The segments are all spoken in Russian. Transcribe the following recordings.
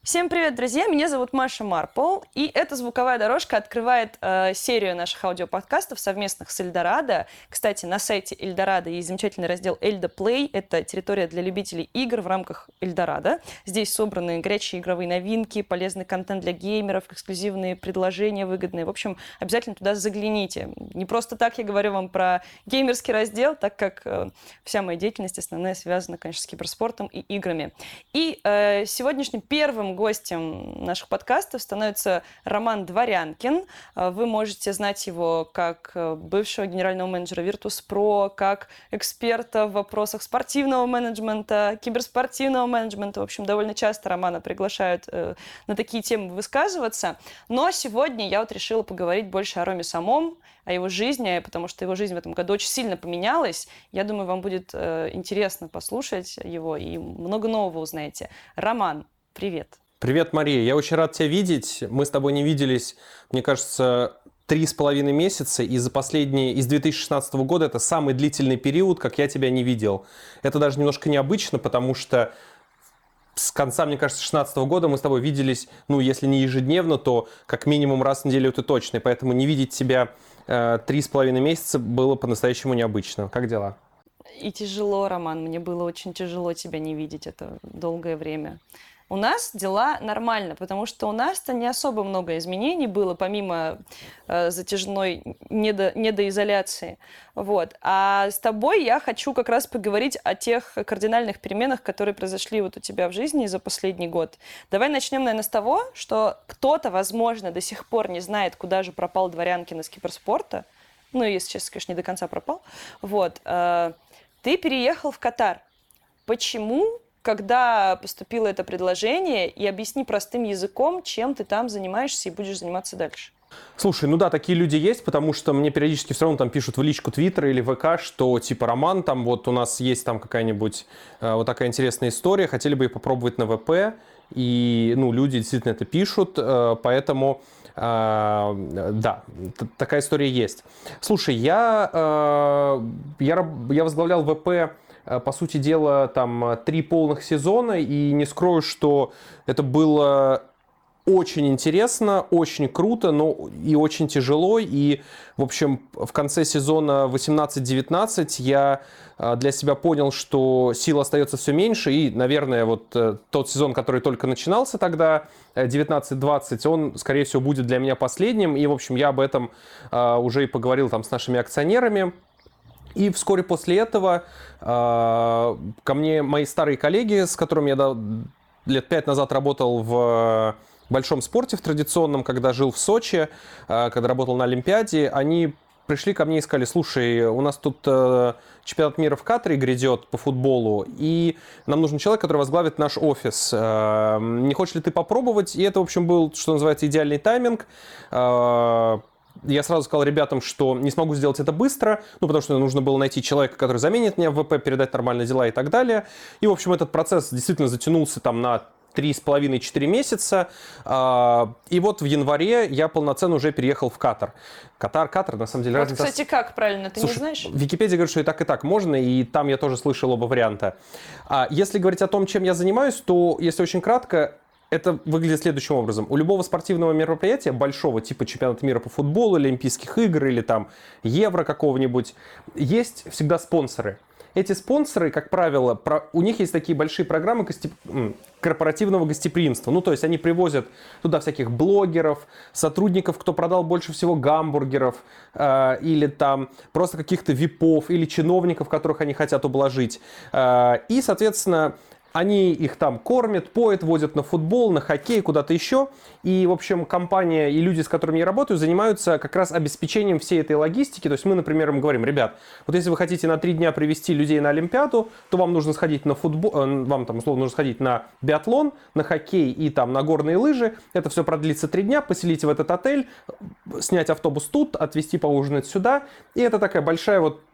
Всем привет, друзья! Меня зовут Маша Марпл, и эта звуковая дорожка открывает серию наших аудиоподкастов совместных с Эльдорадо. Кстати, на сайте Эльдорадо есть замечательный раздел Эльдо Плей. Это территория для любителей игр в рамках Эльдорадо. Здесь собраны горячие игровые новинки, полезный контент для геймеров, эксклюзивные предложения выгодные. В общем, обязательно туда загляните. Не просто так я говорю вам про геймерский раздел, так как вся моя деятельность основная связана, конечно, с киберспортом и играми. И сегодняшним первым гостем наших подкастов становится Роман Дворянкин. Вы можете знать его как бывшего генерального менеджера Virtus.pro, как эксперта в вопросах спортивного менеджмента, киберспортивного менеджмента. В общем, довольно часто Романа приглашают на такие темы высказываться. Но сегодня я решила поговорить больше о Роме самом, о его жизни, потому что его жизнь в этом году очень сильно поменялась. Я думаю, вам будет интересно послушать его и много нового узнаете. Роман, привет. Привет, Мария. Я очень рад тебя видеть. Мы с тобой не виделись, мне кажется, 3,5 месяца, и из 2016 года это самый длительный период, как я тебя не видел. Это даже немножко необычно, потому что с конца, мне кажется, 2016 года мы с тобой виделись, если не ежедневно, то как минимум раз в неделю это точно. И поэтому не видеть тебя 3,5 месяца было по-настоящему необычно. Как дела? И тяжело, Роман. Мне было очень тяжело тебя не видеть это долгое время. У нас дела нормально, потому что у нас-то не особо много изменений было, помимо затяжной недоизоляции. Вот. А с тобой я хочу как раз поговорить о тех кардинальных переменах, которые произошли вот у тебя в жизни за последний год. Давай начнем, наверное, с того, что кто-то, возможно, до сих пор не знает, куда же пропал Дворянкин из киберспорта. Если честно, конечно, не до конца пропал. Вот. Ты переехал в Катар. Почему? Когда поступило это предложение, и объясни простым языком, чем ты там занимаешься и будешь заниматься дальше. Слушай, такие люди есть, потому что мне периодически все равно там пишут в личку Твиттера или ВК, что типа Роман, там вот у нас есть там какая-нибудь вот такая интересная история, хотели бы ее попробовать на ВП, и люди действительно это пишут, поэтому да, такая история есть. Слушай, я возглавлял ВП, по сути дела, там 3 полных сезона, и не скрою, что это было очень интересно, очень круто, но и очень тяжело. И, в общем, в конце сезона 18-19 я для себя понял, что сил остается все меньше. И, наверное, вот тот сезон, который только начинался тогда, 19-20, он, скорее всего, будет для меня последним. И, в общем, я об этом уже и поговорил там с нашими акционерами. И вскоре после этого ко мне мои старые коллеги, с которыми я лет 5 назад работал в большом спорте, в традиционном, когда жил в Сочи, когда работал на Олимпиаде, они пришли ко мне и сказали: слушай, у нас тут чемпионат мира в Катаре грядет по футболу, и нам нужен человек, который возглавит наш офис. Не хочешь ли ты попробовать? И это, в общем, был, что называется, идеальный тайминг. Я сразу сказал ребятам, что не смогу сделать это быстро, потому что нужно было найти человека, который заменит меня в ВП, передать нормальные дела и так далее. И, в общем, этот процесс действительно затянулся там на 3,5-4 месяца. И вот в январе я полноценно уже переехал в Катар. Катар, на самом деле, Вот, разница... кстати, как правильно, ты Слушай, не знаешь? В Википедии говорят, что и так можно, и там я тоже слышал оба варианта. Если говорить о том, чем я занимаюсь, то, если очень кратко, это выглядит следующим образом. У любого спортивного мероприятия, большого, типа чемпионата мира по футболу, Олимпийских игр или там Евро какого-нибудь, есть всегда спонсоры. Эти спонсоры, как правило, у них есть такие большие программы корпоративного гостеприимства. То есть они привозят туда всяких блогеров, сотрудников, кто продал больше всего гамбургеров, или там просто каких-то випов, или чиновников, которых они хотят ублажить. И, соответственно, они их там кормят, поят, возят на футбол, на хоккей, куда-то еще. И, в общем, компания и люди, с которыми я работаю, занимаются как раз обеспечением всей этой логистики. То есть мы, например, им говорим: ребят, вот если вы хотите на 3 дня привезти людей на Олимпиаду, то вам нужно сходить на футбол, вам там, условно, нужно сходить на биатлон, на хоккей и там на горные лыжи. Это все продлится 3 дня, поселить в этот отель, снять автобус тут, отвезти поужинать сюда. И это такая большая вот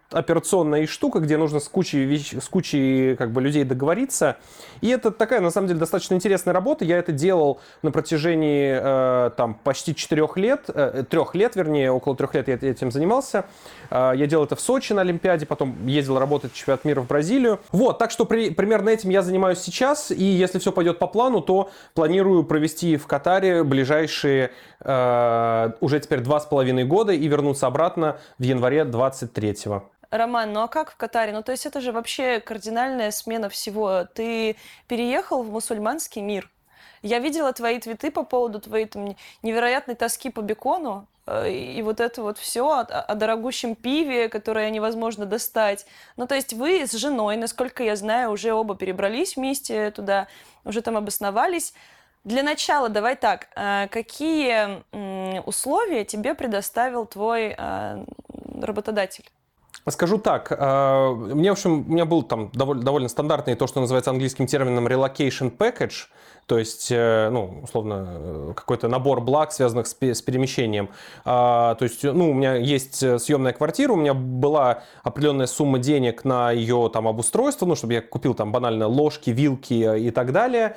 операционная штука, где нужно с кучей как бы, людей договориться. И это такая, на самом деле, достаточно интересная работа. Я это делал на протяжении там, почти 4 лет, 3 лет, вернее, около 3 лет я этим занимался. Я делал это в Сочи на Олимпиаде, потом ездил работать в чемпионат мира в Бразилию. Вот, так что примерно этим я занимаюсь сейчас. И если все пойдет по плану, то планирую провести в Катаре ближайшие уже теперь 2,5 года и вернуться обратно в январе 23-го. Роман, ну а как в Катаре? Ну то есть это же вообще кардинальная смена всего. Ты переехал в мусульманский мир. Я видела твои твиты по поводу твоей там, невероятной тоски по бекону и вот это вот все о дорогущем пиве, которое невозможно достать. Ну то есть вы с женой, насколько я знаю, уже оба перебрались вместе туда, уже там обосновались. Для начала давай так, какие условия тебе предоставил твой работодатель? Скажу так, у меня был там довольно стандартный то, что называется английским термином relocation package, то есть, ну, условно, какой-то набор благ, связанных с перемещением. То есть, ну, у меня есть съемная квартира, у меня была определенная сумма денег на ее там обустройство, ну, чтобы я купил там банально ложки, вилки и так далее.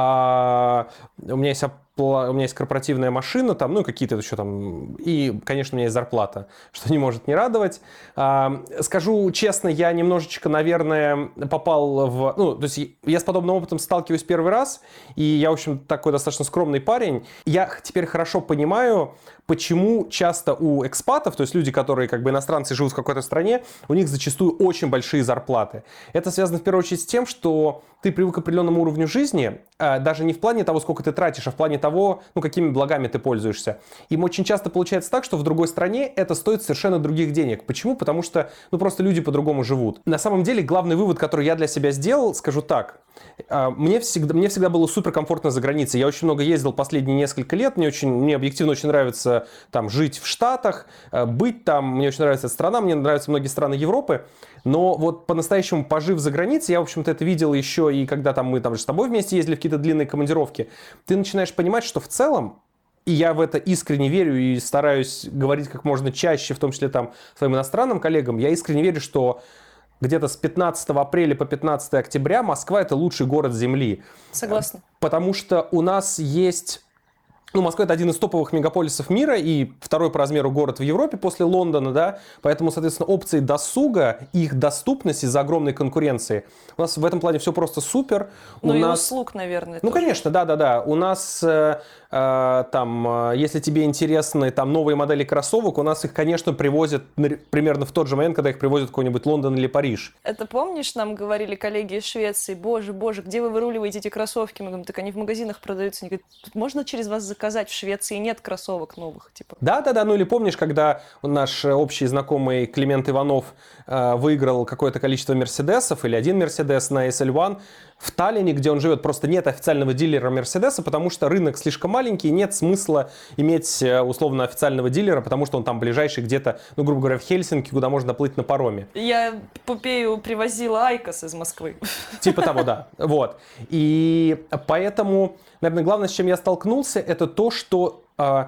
У меня есть корпоративная машина, там, ну, какие-то еще там, и, конечно, у меня есть зарплата, что не может не радовать. Скажу честно, я немножечко, наверное, попал в... Ну, то есть я с подобным опытом сталкиваюсь первый раз, и я, в общем, такой достаточно скромный парень. Я теперь хорошо понимаю, почему часто у экспатов, то есть люди, которые как бы иностранцы живут в какой-то стране, у них зачастую очень большие зарплаты. Это связано в первую очередь с тем, что ты привык к определенному уровню жизни, даже не в плане того, сколько ты тратишь, а в плане того, ну, какими благами ты пользуешься. Им очень часто получается так, что в другой стране это стоит совершенно других денег. Почему? Потому что, ну, просто люди по-другому живут. На самом деле, главный вывод, который я для себя сделал, скажу так. Мне всегда было суперкомфортно за границей. Я очень много ездил последние несколько лет. Мне объективно очень нравится там жить в Штатах, быть там. Мне очень нравится эта страна, мне нравятся многие страны Европы. Но вот по-настоящему пожив за границей, я, в общем-то, это видел еще и когда там мы там же с тобой вместе ездили в какие-то длинные командировки. Ты начинаешь понимать, что в целом, и я в это искренне верю и стараюсь говорить как можно чаще, в том числе там своим иностранным коллегам, я искренне верю, что где-то с 15 апреля по 15 октября Москва – это лучший город Земли. Согласна. Потому что у нас есть... Ну, Москва – это один из топовых мегаполисов мира и второй по размеру город в Европе после Лондона, да, поэтому, соответственно, опции досуга и их доступность из-за огромной конкуренции. У нас в этом плане все просто супер. Ну и услуг, наверное. Ну, тоже. Конечно, да. У нас там, если тебе интересны там новые модели кроссовок, у нас их, конечно, привозят примерно в тот же момент, когда их привозят в какой-нибудь Лондон или Париж. Это помнишь, нам говорили коллеги из Швеции, боже, где вы выруливаете эти кроссовки? Мы говорим, так они в магазинах продаются. Они говорят, можно через вас заказать? В Швеции нет кроссовок новых. Типа. Да. Ну или помнишь, когда наш общий знакомый Климент Иванов выиграл какое-то количество Мерседесов или один Мерседес на SL1, в Таллине, где он живет, просто нет официального дилера Мерседеса, потому что рынок слишком маленький, нет смысла иметь условно официального дилера, потому что он там ближайший где-то, ну, грубо говоря, в Хельсинки, куда можно плыть на пароме. Я Попею привозила Айкос из Москвы. Типа того, да. Вот. И поэтому, наверное, главное, с чем я столкнулся, это то, что,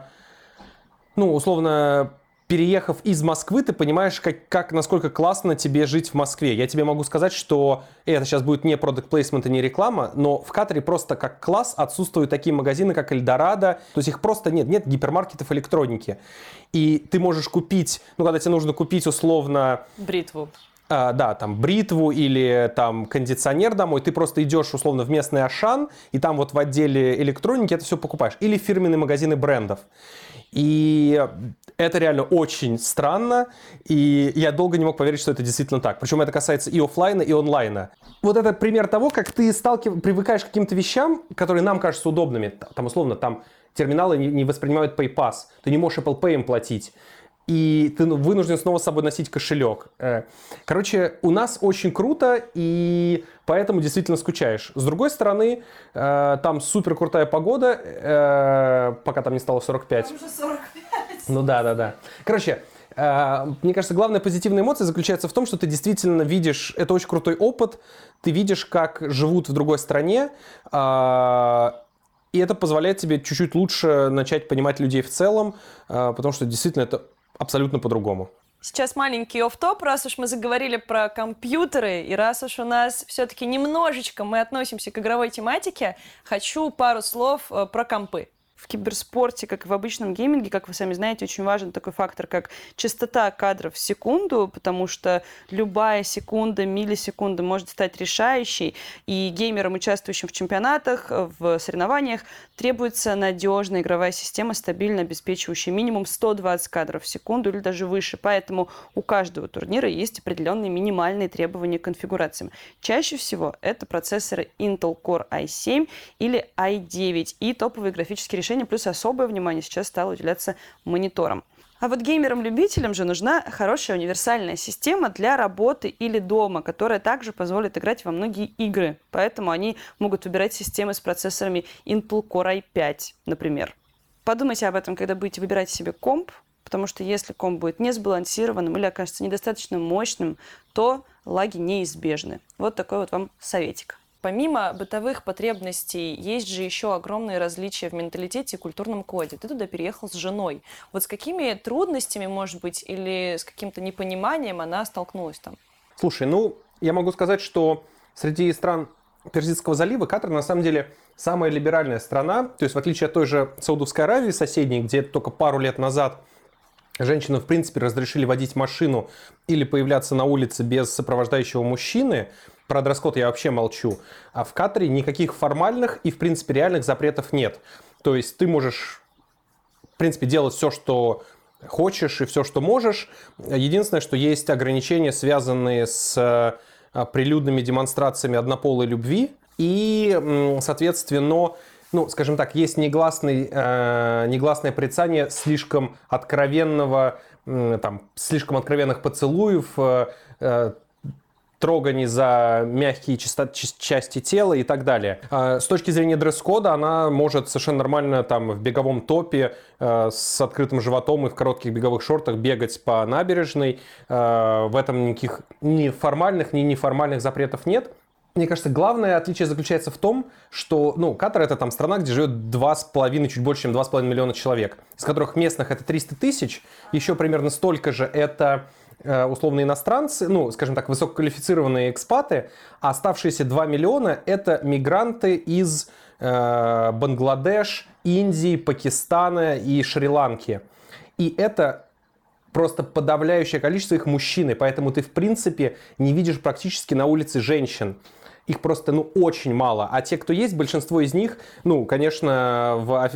ну, условно, переехав из Москвы, ты понимаешь, насколько классно тебе жить в Москве. Я тебе могу сказать, что это сейчас будет не продакт плейсмент и не реклама, но в Катаре просто как класс отсутствуют такие магазины, как Эльдорадо. То есть их просто нет гипермаркетов электроники. И ты можешь купить, ну, когда тебе нужно купить условно... Бритву. Да, там бритву или там кондиционер домой, ты просто идешь условно в местный Ашан, и там вот в отделе электроники это все покупаешь. Или фирменные магазины брендов. И это реально очень странно, и я долго не мог поверить, что это действительно так. Причем это касается и офлайна, и онлайна. Вот это пример того, как ты привыкаешь к каким-то вещам, которые нам кажутся удобными. Там условно, там терминалы не воспринимают PayPass, ты не можешь Apple Pay им платить. И ты вынужден снова с собой носить кошелек. Короче, у нас очень круто, и поэтому действительно скучаешь. С другой стороны, там супер крутая погода, пока там не стало 45. Там уже 45. Ну да. Короче, мне кажется, главная позитивная эмоция заключается в том, что ты действительно видишь, это очень крутой опыт, ты видишь, как живут в другой стране, и это позволяет тебе чуть-чуть лучше начать понимать людей в целом, потому что действительно это абсолютно по-другому. Сейчас маленький офф-топ, раз уж мы заговорили про компьютеры, и раз уж у нас все-таки немножечко мы относимся к игровой тематике, хочу пару слов про компы. В киберспорте, как и в обычном гейминге, как вы сами знаете, очень важен такой фактор, как частота кадров в секунду, потому что любая секунда, миллисекунда может стать решающей, и геймерам, участвующим в чемпионатах, в соревнованиях, требуется надежная игровая система, стабильно обеспечивающая минимум 120 кадров в секунду или даже выше. Поэтому у каждого турнира есть определенные минимальные требования к конфигурациям. Чаще всего это процессоры Intel Core i7 или i9 и топовые графические решения, плюс особое внимание сейчас стало уделяться мониторам. А вот геймерам-любителям же нужна хорошая универсальная система для работы или дома, которая также позволит играть во многие игры. Поэтому они могут выбирать системы с процессорами Intel Core i5, например. Подумайте об этом, когда будете выбирать себе комп, потому что если комп будет несбалансированным или окажется недостаточно мощным, то лаги неизбежны. Вот такой вот вам советик. Помимо бытовых потребностей, есть же еще огромные различия в менталитете и культурном коде. Ты туда переехал с женой. Вот с какими трудностями, может быть, или с каким-то непониманием она столкнулась там? Слушай, я могу сказать, что среди стран Персидского залива Катар на самом деле самая либеральная страна. То есть в отличие от той же Саудовской Аравии соседней, где только пару лет назад женщинам в принципе разрешили водить машину или появляться на улице без сопровождающего мужчины, про дресс-код я вообще молчу. А в Катаре никаких формальных и, в принципе, реальных запретов нет. То есть ты можешь, в принципе, делать все, что хочешь и все, что можешь. Единственное, что есть ограничения, связанные с прилюдными демонстрациями однополой любви. И, соответственно, скажем так, есть негласное порицание слишком откровенных поцелуев, троганий за мягкие части тела и так далее. С точки зрения дресс-кода она может совершенно нормально в беговом топе с открытым животом и в коротких беговых шортах бегать по набережной. В этом никаких ни формальных, ни неформальных запретов нет. Мне кажется, главное отличие заключается в том, что Катар — это страна, где живет 2,5, чуть больше, чем 2,5 миллиона человек, из которых местных это 300 тысяч, еще примерно столько же это условно иностранцы, скажем так, высококвалифицированные экспаты, а оставшиеся 2 миллиона — это мигранты из Бангладеш, Индии, Пакистана и Шри-Ланки. И это просто подавляющее количество их мужчин, и поэтому ты, в принципе, не видишь практически на улице женщин. Их просто, очень мало. А те, кто есть, большинство из них, конечно,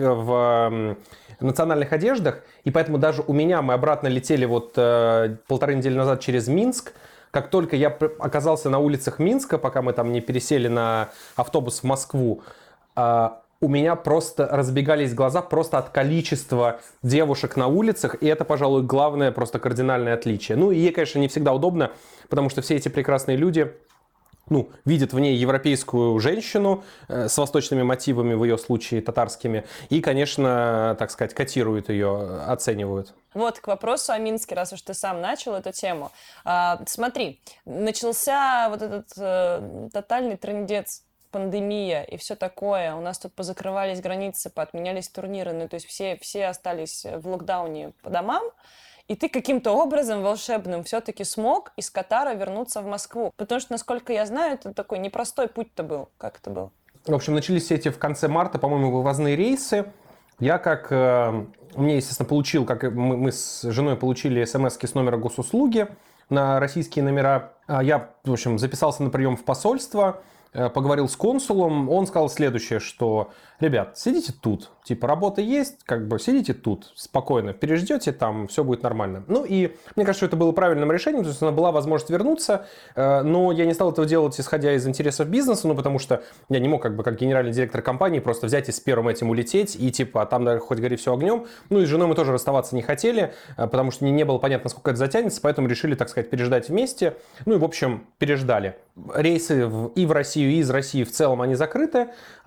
в национальных одеждах. И поэтому даже у меня, мы обратно летели 1,5 недели назад через Минск. Как только я оказался на улицах Минска, пока мы там не пересели на автобус в Москву, у меня просто разбегались глаза просто от количества девушек на улицах. И это, пожалуй, главное просто кардинальное отличие. И ей, конечно, не всегда удобно, потому что все эти прекрасные люди видят в ней европейскую женщину с восточными мотивами, в ее случае татарскими, и, конечно, так сказать, котируют ее, оценивают. Вот к вопросу о Минске, раз уж ты сам начал эту тему. Смотри, начался вот этот тотальный трындец, пандемия и все такое. У нас тут позакрывались границы, поотменялись турниры, то есть все остались в локдауне по домам. И ты каким-то образом волшебным все-таки смог из Катара вернуться в Москву. Потому что, насколько я знаю, это такой непростой путь-то был. Как это было? В общем, начались эти в конце марта, по-моему, вывозные рейсы. Я мне, естественно, получил, как мы с женой получили смс-ки с номера госуслуги на российские номера. Я, в общем, записался на прием в посольство, поговорил с консулом, он сказал следующее, что, ребят, сидите тут, работа есть, сидите тут, спокойно, переждете, там все будет нормально. И мне кажется, что это было правильным решением, то есть была возможность вернуться, но я не стал этого делать, исходя из интересов бизнеса, потому что я не мог, как генеральный директор компании, просто взять и с первым этим улететь, и там, да, хоть гори все огнем. И с женой мы тоже расставаться не хотели, потому что не было понятно, сколько это затянется, поэтому решили, так сказать, переждать вместе. И, в общем, переждали. Рейсы и в Россию, и из России в целом они закрыты,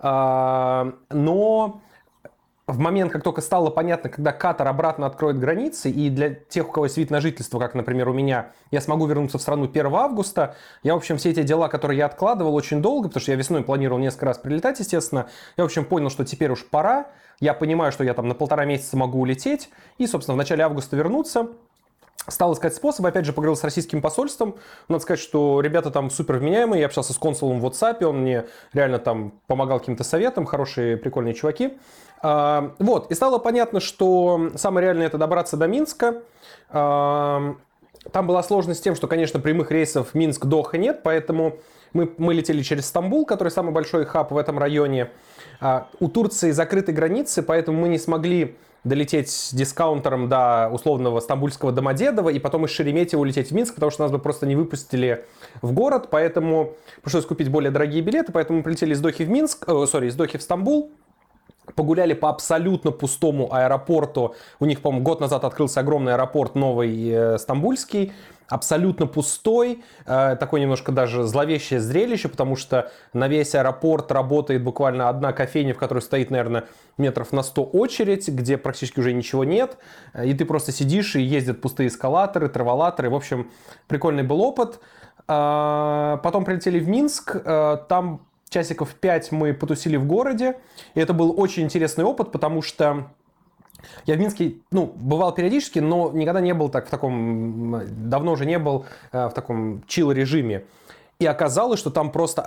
но в момент, как только стало понятно, когда Катар обратно откроет границы, и для тех, у кого есть вид на жительство, как, например, у меня, я смогу вернуться в страну 1 августа, я, в общем, все эти дела, которые я откладывал очень долго, потому что я весной планировал несколько раз прилетать, естественно, я, в общем, понял, что теперь уж пора, я понимаю, что я на 1,5 месяца могу улететь, и, собственно, в начале августа вернуться. Стал искать способы, опять же, поговорил с российским посольством. Надо сказать, что ребята там супер вменяемые. Я общался с консулом в WhatsApp, он мне реально там помогал каким-то советам, хорошие, прикольные чуваки. Вот, и стало понятно, что самое реальное — это добраться до Минска. Там была сложность с тем, что, конечно, прямых рейсов Минск-Доха нет, поэтому мы летели через Стамбул, который самый большой хаб в этом районе. У Турции закрыты границы, поэтому мы не смогли долететь с дискаунтером до условного стамбульского Домодедово и потом из Шереметьево улететь в Минск, потому что нас бы просто не выпустили в город, поэтому пришлось купить более дорогие билеты, поэтому мы полетели из Дохи в Минск, из Дохи в Стамбул. Погуляли по абсолютно пустому аэропорту. У них, по-моему, год назад открылся огромный аэропорт новый, стамбульский. Абсолютно пустой. Такое немножко даже зловещее зрелище, потому что на весь аэропорт работает буквально одна кофейня, в которой стоит, наверное, метров на 100 очередь, где практически уже ничего нет. И ты просто сидишь, и ездят пустые эскалаторы, траволаторы. В общем, прикольный был опыт. Потом прилетели в Минск. Там часиков 5 мы потусили в городе, и это был очень интересный опыт, потому что я в Минске, бывал периодически, но никогда не был так в таком, давно уже не был в таком чил-режиме. И оказалось, что там просто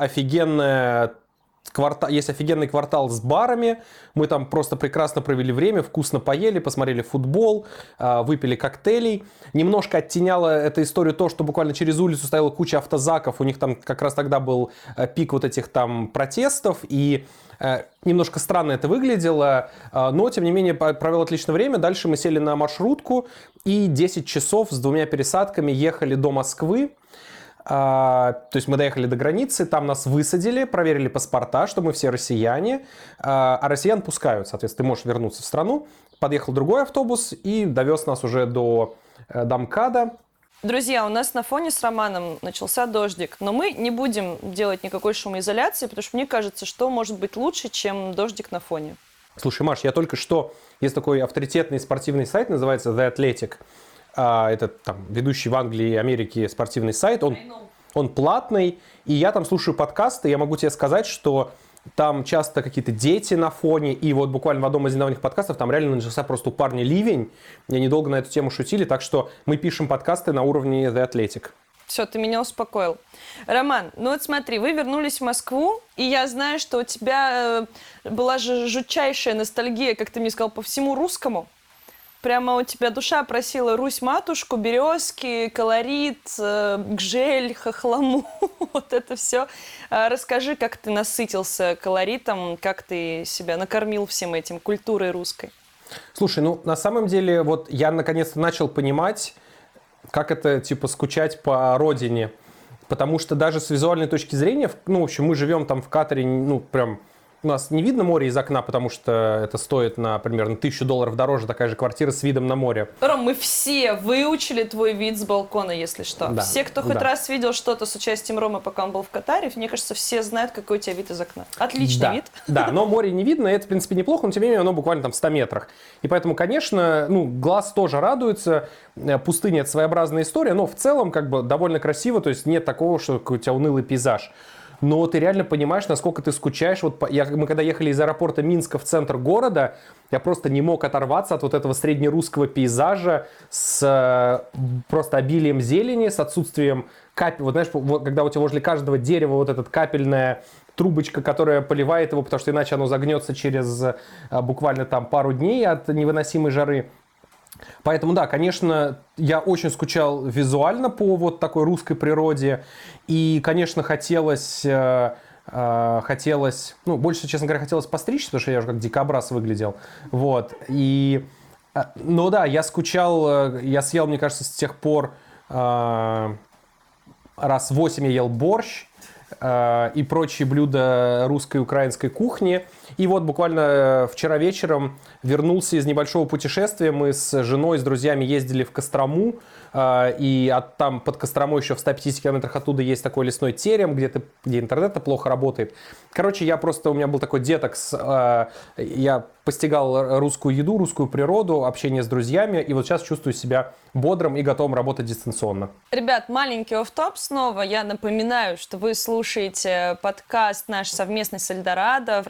есть офигенный квартал с барами. Мы там просто прекрасно провели время, вкусно поели, посмотрели футбол, выпили коктейлей. Немножко оттеняло эту историю то, что буквально через улицу стояла куча автозаков. У них там как раз тогда был пик вот этих там протестов. И немножко странно это выглядело, но, тем не менее, провел отличное время. Дальше мы сели на маршрутку и 10 часов с 2 пересадками ехали до Москвы. То есть мы доехали до границы, там нас высадили, проверили паспорта, что мы все россияне, а россиян пускают, соответственно, ты можешь вернуться в страну. Подъехал другой автобус и довез нас уже до МКАДа. Друзья, у нас на фоне с Романом начался дождик, но мы не будем делать никакой шумоизоляции, потому что мне кажется, что может быть лучше, чем дождик на фоне. Слушай, Маш, я только что... Есть такой авторитетный спортивный сайт, называется The Athletic. Это там ведущий в Англии и Америке спортивный сайт. Он платный, и я там слушаю подкасты. Я могу тебе сказать, что там часто какие-то дети на фоне. И вот буквально в одном из недавних подкастов там реально начался просто у парня ливень. И они долго на эту тему шутили. Так что мы пишем подкасты на уровне The Athletic. Все, ты меня успокоил. Роман, вот смотри, вы вернулись в Москву, и я знаю, что у тебя была же жутчайшая ностальгия, как ты мне сказал, по всему русскому. Прямо у тебя душа просила Русь-матушку, березки, колорит, гжель, хохлому, вот это все. Расскажи, как ты насытился колоритом, как ты себя накормил всем этим, культурой русской. Слушай, на самом деле, вот я наконец-то начал понимать, как это, скучать по родине. Потому что даже с визуальной точки зрения, в общем, мы живем там в Катаре, прям... У нас не видно море из окна, потому что это стоит примерно $1000 дороже, такая же квартира с видом на море. Ром, мы все выучили твой вид с балкона, если что. Да, все, кто хоть раз видел что-то с участием Ромы, пока он был в Катаре, мне кажется, все знают, какой у тебя вид из окна. Отличный вид. Да, но море не видно, и это, в принципе, неплохо, но, тем не менее, оно буквально там в 100 метрах. И поэтому, конечно, глаз тоже радуется. Пустыня — это своеобразная история, но в целом, довольно красиво, то есть нет такого, что у тебя унылый пейзаж. Но ты реально понимаешь, насколько ты скучаешь. Мы когда ехали из аэропорта Минска в центр города, я просто не мог оторваться от вот этого среднерусского пейзажа с просто обилием зелени, с отсутствием капель. Вот знаешь, когда у тебя возле каждого дерева вот эта капельная трубочка, которая поливает его, потому что иначе оно загнется через буквально там пару дней от невыносимой жары. Поэтому, да, конечно, я очень скучал визуально по вот такой русской природе. И, конечно, хотелось, больше, честно говоря, хотелось постричься, потому что я уже как дикобраз выглядел. Вот. Но да, я скучал, я съел, мне кажется, с тех пор раз 8 я ел борщ и прочие блюда русской и украинской кухни. И вот буквально вчера вечером вернулся из небольшого путешествия. Мы с женой, с друзьями ездили в Кострому. И там под Костромой еще в 150 километрах оттуда есть такой лесной терем, где интернет плохо работает. Короче, у меня был такой детокс. Я постигал русскую еду, русскую природу, общение с друзьями. И вот сейчас чувствую себя бодрым и готовым работать дистанционно. Ребят, маленький офф-топ снова. Я напоминаю, что вы слушаете подкаст наш совместный с Эльдорадо в рамках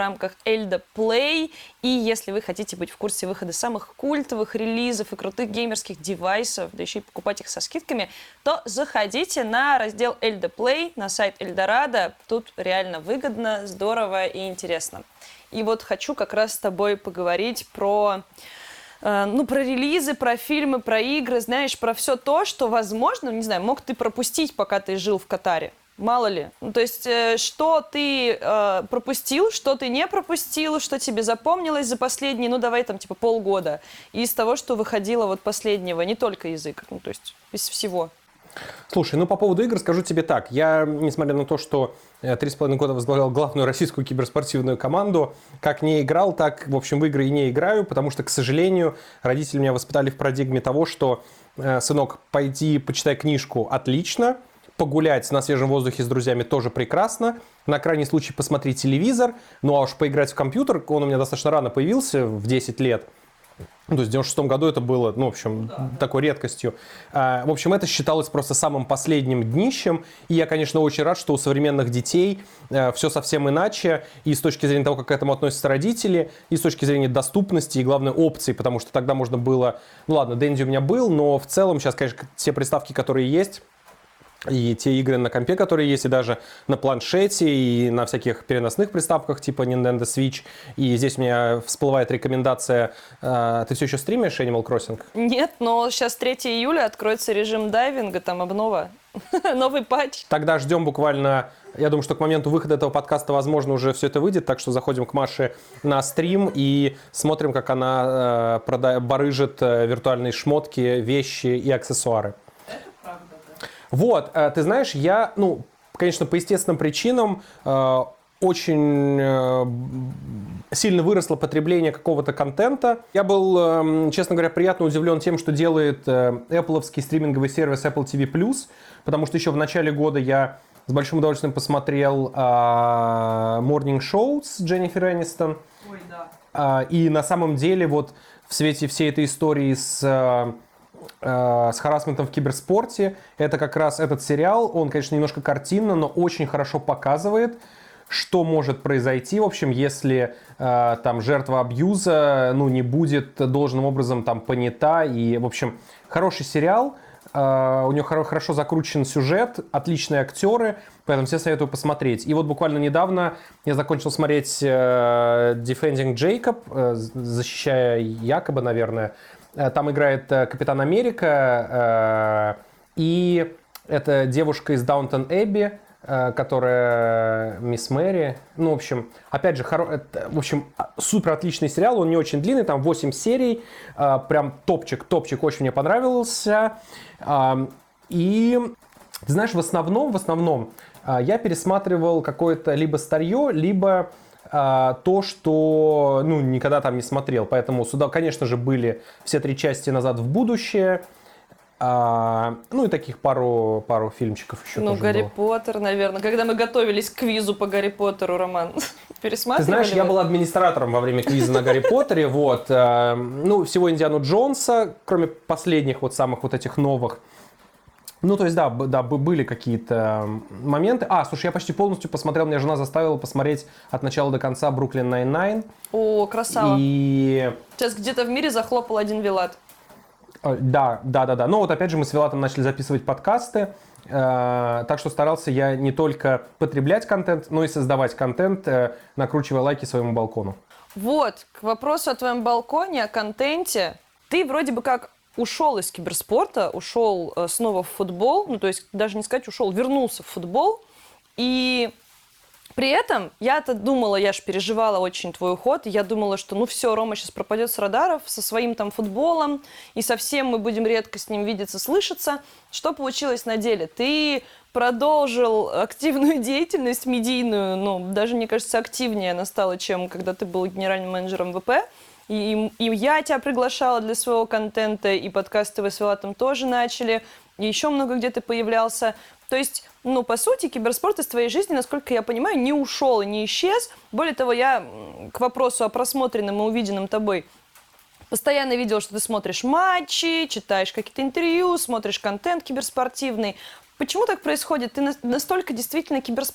Эльда Play. И если вы хотите быть в курсе выхода самых культовых релизов и крутых геймерских девайсов, да еще и покупать их со скидками, то заходите на раздел Эльда Play, на сайт Эльдорадо. Тут реально выгодно, здорово и интересно. И вот хочу как раз с тобой поговорить про релизы, про фильмы, про игры, знаешь, про все то, что, возможно, не знаю, мог ты пропустить, пока ты жил в Катаре. Мало ли. То есть, что ты пропустил, что ты не пропустил, что тебе запомнилось за последние, полгода. И из того, что выходило вот последнего, не только из игр, то есть из всего. Слушай, по поводу игр скажу тебе так. Я, несмотря на то, что 3,5 года возглавлял главную российскую киберспортивную команду, как не играл, так, в общем, в игры и не играю, потому что, к сожалению, родители меня воспитали в парадигме того, что, сынок, пойди почитай книжку, отлично, погулять на свежем воздухе с друзьями тоже прекрасно, на крайний случай посмотри телевизор, а уж поиграть в компьютер, он у меня достаточно рано появился, в 10 лет, то есть в 96 году это было, такой редкостью. В общем, это считалось просто самым последним днищем. И я, конечно, очень рад, что у современных детей все совсем иначе. И с точки зрения того, как к этому относятся родители, и с точки зрения доступности, и, главное, опций. Потому что тогда можно было... Денди у меня был, но в целом сейчас, конечно, те приставки, которые есть... И те игры на компе, которые есть, и даже на планшете, и на всяких переносных приставках типа Nintendo Switch. И здесь у меня всплывает рекомендация. Ты все еще стримишь Animal Crossing? Нет, но сейчас 3 июля откроется режим дайвинга, там обнова. Новый патч. Тогда ждем буквально... Я думаю, что к моменту выхода этого подкаста, возможно, уже все это выйдет. Так что заходим к Маше на стрим и смотрим, как она барыжит виртуальные шмотки, вещи и аксессуары. Вот, ты знаешь, я, конечно, по естественным причинам очень сильно выросло потребление какого-то контента. Я был, честно говоря, приятно удивлен тем, что делает Apple'овский стриминговый сервис Apple TV+, потому что еще в начале года я с большим удовольствием посмотрел Morning Show с Дженнифер Энистон. Ой, да. И на самом деле вот в свете всей этой истории с харассментом в киберспорте, это как раз этот сериал, он, конечно, немножко картинно, но очень хорошо показывает, что может произойти, в общем, если там жертва абьюза, не будет должным образом там понята, и, в общем, хороший сериал, у него хорошо закручен сюжет, отличные актеры, поэтому все советую посмотреть. И вот буквально недавно я закончил смотреть Defending Jacob, защищая якобы, наверное. Там играет Капитан Америка, и это девушка из Даунтон Эбби, которая Мисс Мэри. В общем, опять же, супер отличный сериал, он не очень длинный, там 8 серий, прям топчик, очень мне понравился. И, ты знаешь, в основном я пересматривал какое-то либо старье, либо то, что никогда там не смотрел. Поэтому сюда, конечно же, были все 3 части «Назад в будущее». И таких пару фильмчиков еще тоже Гарри было. Поттер, наверное. Когда мы готовились к квизу по Гарри Поттеру, Роман, пересматривали? Ты знаешь, я был администратором во время квиза на Гарри Поттере. Вот. Всего Индиану Джонса, кроме последних самых этих новых. То есть, да, были какие-то моменты. Слушай, я почти полностью посмотрел, меня жена заставила посмотреть от начала до конца Бруклин Найн-Найн. О, красава. И... Сейчас где-то в мире захлопал один Вилат. Да. Опять же, мы с Вилатом начали записывать подкасты, так что старался я не только потреблять контент, но и создавать контент, накручивая лайки своему балкону. Вот, к вопросу о твоем балконе, о контенте. Ты вроде бы как ушел из киберспорта, ушел снова в футбол, то есть даже не сказать ушел, вернулся в футбол, и при этом я-то думала, я же переживала очень твой уход, и я думала, что все, Рома сейчас пропадет с радаров со своим там футболом, и совсем мы будем редко с ним видеться, слышаться. Что получилось на деле? Ты продолжил активную деятельность медийную, даже, мне кажется, активнее она стала, чем когда ты был генеральным менеджером ВП. И я тебя приглашала для своего контента, и подкасты вы с Вилатом тоже начали, и еще много где ты появлялся. То есть, по сути, киберспорт из твоей жизни, насколько я понимаю, не ушел и не исчез. Более того, я к вопросу о просмотренном и увиденном тобой постоянно видела, что ты смотришь матчи, читаешь какие-то интервью, смотришь контент киберспортивный. Почему так происходит? Ты настолько действительно киберспорт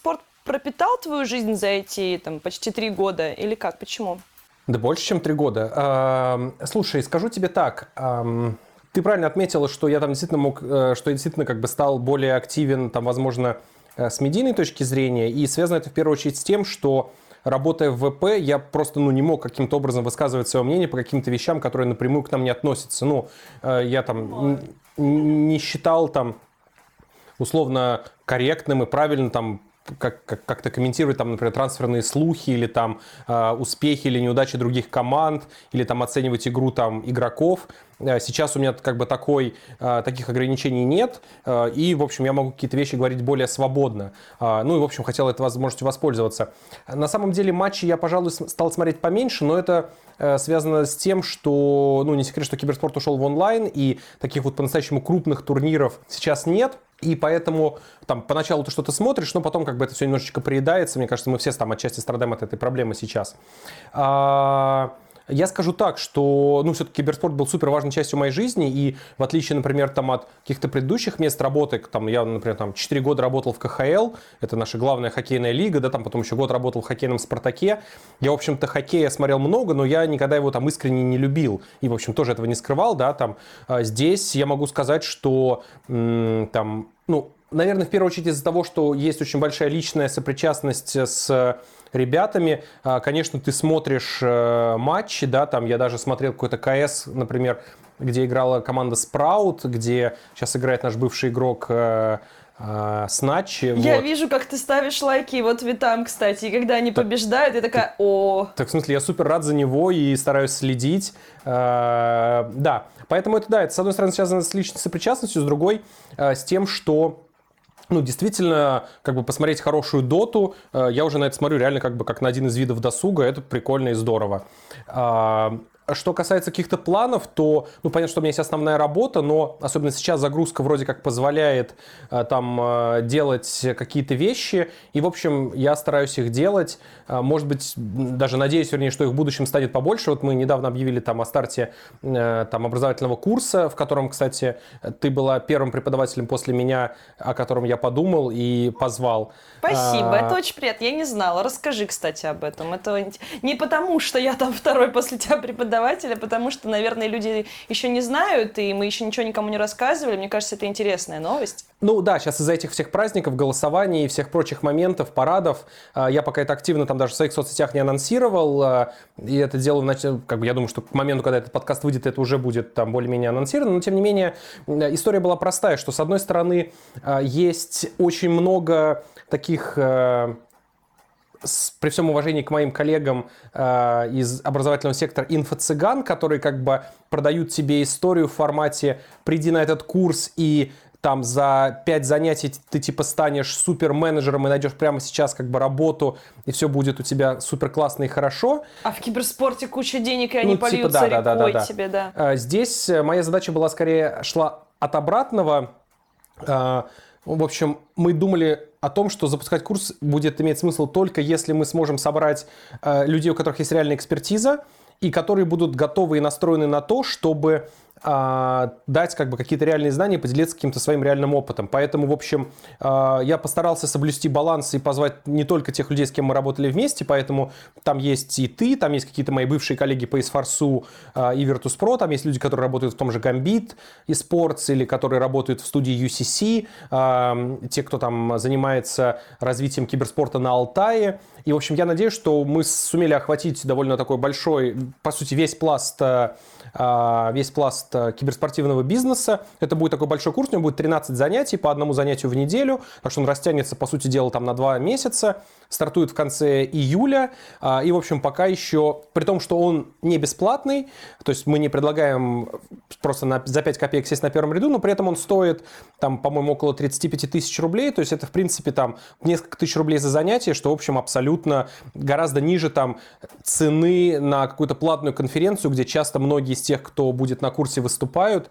пропитал твою жизнь за эти там, почти 3 года? Или как? Почему? Да больше, чем 3 года. Слушай, скажу тебе так. Ты правильно отметила, что я там действительно как бы стал более активен, там, возможно, с медийной точки зрения. И связано это в первую очередь с тем, что работая в ВП, я просто не мог каким-то образом высказывать свое мнение по каким-то вещам, которые напрямую к нам не относятся. Я там не считал там условно корректным и правильным там как-то комментировать, там, например, трансферные слухи или там успехи или неудачи других команд, или там оценивать игру там игроков. Сейчас у меня как бы таких ограничений нет, и, в общем, я могу какие-то вещи говорить более свободно. И, в общем, хотел этой возможностью воспользоваться. На самом деле матчи я, пожалуй, стал смотреть поменьше, но это связано с тем, что, не секрет, что киберспорт ушел в онлайн, и таких вот по-настоящему крупных турниров сейчас нет. И поэтому там поначалу ты что-то смотришь, но потом как бы это все немножечко приедается. Мне кажется, мы все там отчасти страдаем от этой проблемы сейчас. Я скажу так, что, все-таки киберспорт был супер важной частью моей жизни, и в отличие, например, там, от каких-то предыдущих мест работы, там, я, например, там, 4 года работал в КХЛ, это наша главная хоккейная лига, да, там, потом еще год работал в хоккейном «Спартаке». Я, в общем-то, хоккея смотрел много, но я никогда его там искренне не любил, и, в общем, тоже этого не скрывал, да, там. Здесь я могу сказать, что, наверное, в первую очередь из-за того, что есть очень большая личная сопричастность с ребятами. Конечно, ты смотришь матчи, да, там я даже смотрел какой-то КС, например, где играла команда Sprout, где сейчас играет наш бывший игрок Snatch. Я вижу, как ты ставишь лайки вот твитам, кстати, и когда они побеждают, я такая, Так, в смысле, я супер рад за него и стараюсь следить. Да, поэтому это, с одной стороны, связано с личной сопричастностью, с другой, с тем, что действительно, как бы посмотреть хорошую доту, я уже на это смотрю реально как на один из видов досуга, это прикольно и здорово. Что касается каких-то планов, то, понятно, что у меня есть основная работа, но особенно сейчас загрузка вроде как позволяет там делать какие-то вещи, и, в общем, я стараюсь их делать. Может быть, даже надеюсь, вернее, что их в будущем станет побольше. Вот мы недавно объявили там о старте там образовательного курса, в котором, кстати, ты была первым преподавателем после меня, о котором я подумал и позвал. Спасибо, это очень приятно. Я не знала. Расскажи, кстати, об этом. Это не потому, что я там второй после тебя преподаватель, а потому что, наверное, люди еще не знают, и мы еще ничего никому не рассказывали. Мне кажется, это интересная новость. Да, сейчас из-за этих всех праздников, голосований и всех прочих моментов, парадов, я пока это активно там даже в своих соцсетях не анонсировал, и это делаю, я думаю, что к моменту, когда этот подкаст выйдет, это уже будет там более-менее анонсировано, но тем не менее история была простая, что с одной стороны есть очень много таких... при всем уважении к моим коллегам из образовательного сектора инфо-цыган, которые как бы продают тебе историю в формате «приди на этот курс и там за 5 занятий ты типа станешь суперменеджером и найдешь прямо сейчас как бы работу, и все будет у тебя супер классно и хорошо». А в киберспорте куча денег, и они польются рекой тебе, да. Здесь моя задача была скорее шла от обратного. В общем, мы думали о том, что запускать курс будет иметь смысл только если мы сможем собрать людей, у которых есть реальная экспертиза, и которые будут готовы и настроены на то, чтобы дать как бы какие-то реальные знания, поделиться каким-то своим реальным опытом. Поэтому, в общем, я постарался соблюсти баланс и позвать не только тех людей, с кем мы работали вместе, поэтому там есть и ты, там есть какие-то мои бывшие коллеги по eSforce и Virtus.pro, там есть люди, которые работают в том же Gambit eSports или которые работают в студии UCC, те, кто там занимается развитием киберспорта на Алтае. И, в общем, я надеюсь, что мы сумели охватить довольно такой большой, по сути, весь пласт киберспортивного бизнеса. Это будет такой большой курс, у него будет 13 занятий, по одному занятию в неделю, так что он растянется, по сути дела, там на 2 месяца, стартует в конце июля, и, в общем, пока еще, при том, что он не бесплатный, то есть мы не предлагаем просто за 5 копеек сесть на первом ряду, но при этом он стоит, там, по-моему, около 35 тысяч рублей, то есть это, в принципе, там, несколько тысяч рублей за занятие, что, в общем, абсолютно гораздо ниже там цены на какую-то платную конференцию, где часто многие из тех, кто будет на курсе, выступают.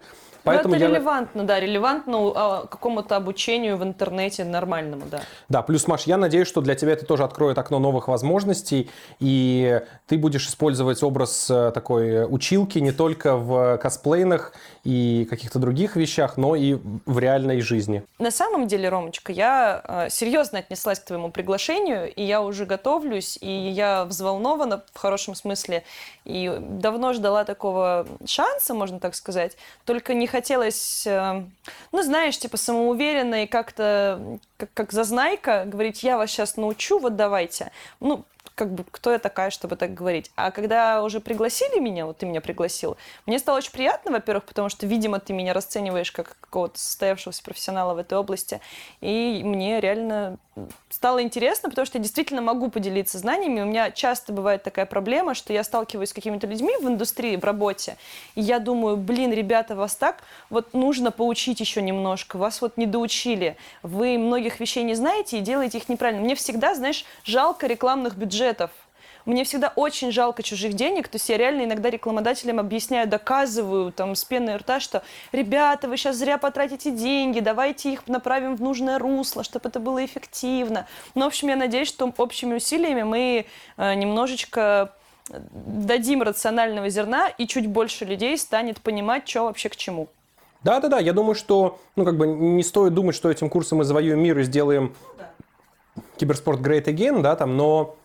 Поэтому это релевантно, да, релевантно какому-то обучению в интернете нормальному, да. Да, плюс, Маш, я надеюсь, что для тебя это тоже откроет окно новых возможностей, и ты будешь использовать образ такой училки не только в косплейнах и каких-то других вещах, но и в реальной жизни. На самом деле, Ромочка, я серьезно отнеслась к твоему приглашению, и я уже готовлюсь, и я взволнована в хорошем смысле, и давно ждала такого шанса, можно так сказать, только не хотелось, ну, знаешь, типа самоуверенно и как-то, как зазнайка, говорить, я вас сейчас научу, вот давайте. Ну, как бы, кто я такая, чтобы так говорить. А когда уже пригласили меня, вот ты меня пригласил, мне стало очень приятно, во-первых, потому что, видимо, ты меня расцениваешь как какого-то состоявшегося профессионала в этой области, и мне реально стало интересно, потому что я действительно могу поделиться знаниями. У меня часто бывает такая проблема, что я сталкиваюсь с какими-то людьми в индустрии, в работе, и я думаю, блин, ребята, вас так вот нужно поучить еще немножко, вас вот не доучили, вы многих вещей не знаете и делаете их неправильно. Мне всегда, знаешь, жалко рекламных бюджетов. Мне всегда очень жалко чужих денег, то есть я реально иногда рекламодателям объясняю, доказываю там с пеной у рта, что ребята, вы сейчас зря потратите деньги, давайте их направим в нужное русло, чтобы это было эффективно. Ну, в общем, я надеюсь, что общими усилиями мы немножечко дадим рационального зерна, и чуть больше людей станет понимать, что вообще к чему. Да-да-да, я думаю, что не стоит думать, что этим курсом мы завоюем мир и сделаем киберспорт great again, да, там, но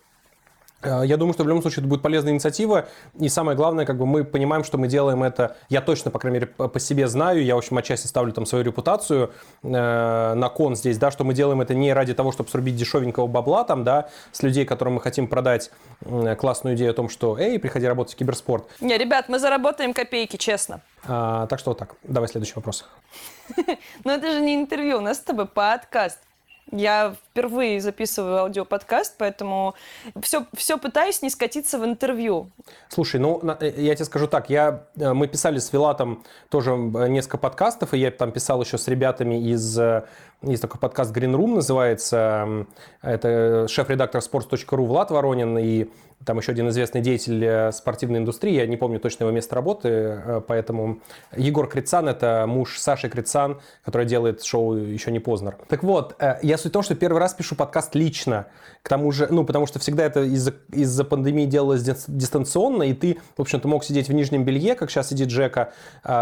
я думаю, что в любом случае это будет полезная инициатива, и самое главное, мы понимаем, что мы делаем это, я точно, по крайней мере, по себе знаю, я, в общем, отчасти ставлю там свою репутацию на кон здесь, да, что мы делаем это не ради того, чтобы срубить дешевенького бабла там, да, с людей, которым мы хотим продать классную идею о том, что, эй, приходи работать в киберспорт. Не, ребят, мы заработаем копейки, честно. Так что вот так, давай следующий вопрос. Но это же не интервью, у нас с тобой подкаст. Я впервые записываю аудиоподкаст, поэтому все пытаюсь не скатиться в интервью. Слушай, я тебе скажу так, мы писали с Вилатом тоже несколько подкастов, и я там писал еще с ребятами есть такой подкаст Green Room называется, это шеф-редактор sports.ru Влад Воронин и там еще один известный деятель спортивной индустрии, я не помню точно его место работы, поэтому Егор Крицан, это муж Саши Крицан, который делает шоу «Еще не Познер». Так вот, я суть в том, что первый раз пишу подкаст лично, к тому же, потому что всегда это из-за пандемии делалось дистанционно, и ты, в общем-то, мог сидеть в нижнем белье, как сейчас сидит Жека,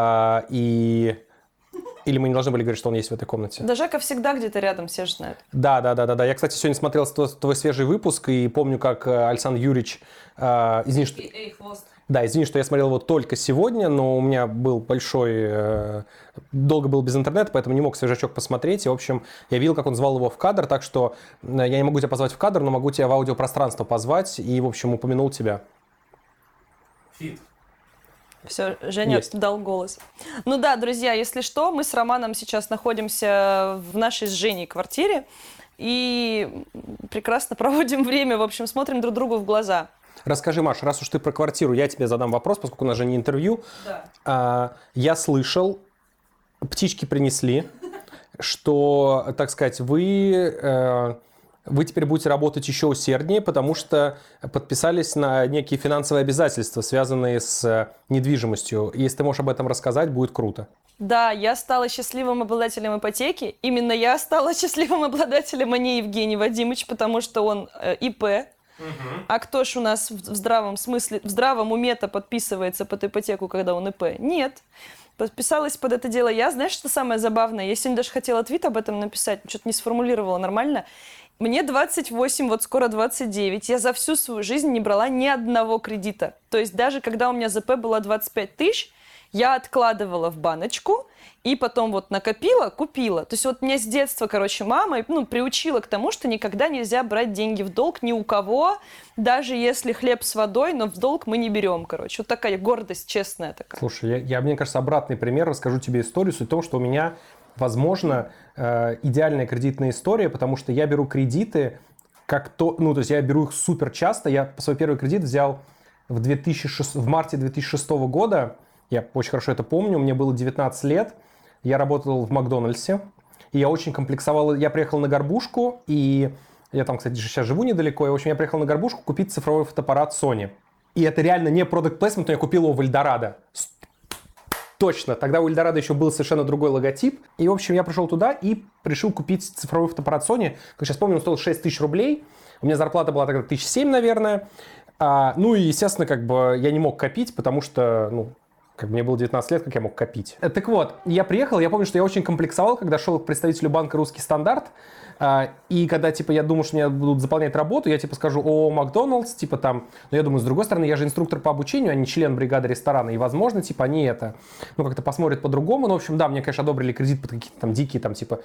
Или мы не должны были говорить, что он есть в этой комнате? Да, Жека всегда где-то рядом, все же знают. Да. Я, кстати, сегодня смотрел твой свежий выпуск и помню, как Александр Юрьевич... Извини, что... Хвост. Да, извини, что я смотрел его только сегодня, но у меня был долго был без интернета, поэтому не мог свежачок посмотреть. И, в общем, я видел, как он звал его в кадр, так что я не могу тебя позвать в кадр, но могу тебя в аудиопространство позвать и, в общем, упомянул тебя. Фит. Все, Женя дал голос. Ну да, друзья, если что, мы с Романом сейчас находимся в нашей с Женей квартире и прекрасно проводим время, в общем, смотрим друг другу в глаза. Расскажи, Маш, раз уж ты про квартиру, я тебе задам вопрос, поскольку у нас же не интервью. Да. Я слышал, птички принесли, что, так сказать, вы теперь будете работать еще усерднее, потому что подписались на некие финансовые обязательства, связанные с недвижимостью. Если ты можешь об этом рассказать, будет круто. Да, я стала счастливым обладателем ипотеки. Именно я стала счастливым обладателем, а не Евгений Вадимович, потому что он ИП. А кто ж у нас в здравом смысле, в здравом уме-то подписывается под ипотеку, когда он ИП? Нет. Подписалась под это дело я. Знаешь, что самое забавное? Я сегодня даже хотела твит об этом написать, что-то не сформулировала нормально. Мне 28, вот скоро 29. Я за всю свою жизнь не брала ни одного кредита. То есть даже когда у меня ЗП было 25 тысяч, я откладывала в баночку и потом вот накопила, купила. То есть вот меня с детства, мама приучила к тому, что никогда нельзя брать деньги в долг ни у кого, даже если хлеб с водой, но в долг мы не берем, Вот такая гордость честная такая. Слушай, мне кажется, обратный пример. Расскажу тебе историю. Суть в том, что у меня, возможно, идеальная кредитная история, потому что я беру кредиты, то есть я беру их супер часто. Я свой первый кредит взял в марте 2006 года. Я очень хорошо это помню. Мне было 19 лет. Я работал в Макдональдсе. И я очень комплексовал. Я приехал на Горбушку. И я там, кстати, сейчас живу недалеко. И, в общем, я приехал на Горбушку купить цифровой фотоаппарат Sony. И это реально не product placement, но я купил его в Эльдорадо. Точно, тогда у Эльдорадо еще был совершенно другой логотип. И, в общем, я пришел туда и решил купить цифровой фотоаппарат Sony. Как сейчас помню, он стоил 6 тысяч рублей. У меня зарплата была тогда 1007, наверное. Ну и, естественно, как бы я не мог копить, потому что, ну, как бы мне было 19 лет, как я мог копить. Так вот, я приехал, я помню, что я очень комплексовал, когда шел к представителю банка «Русский стандарт». И когда, типа, я думаю, что меня будут заполнять работу, я, типа, скажу: о, Макдоналдс, типа, там. Но я думаю, с другой стороны, я же инструктор по обучению, а не член бригады ресторана. И, возможно, типа, они это, ну, как-то посмотрят по-другому. Ну, в общем, да, мне, конечно, одобрили кредит под какие-то там дикие, там, типа,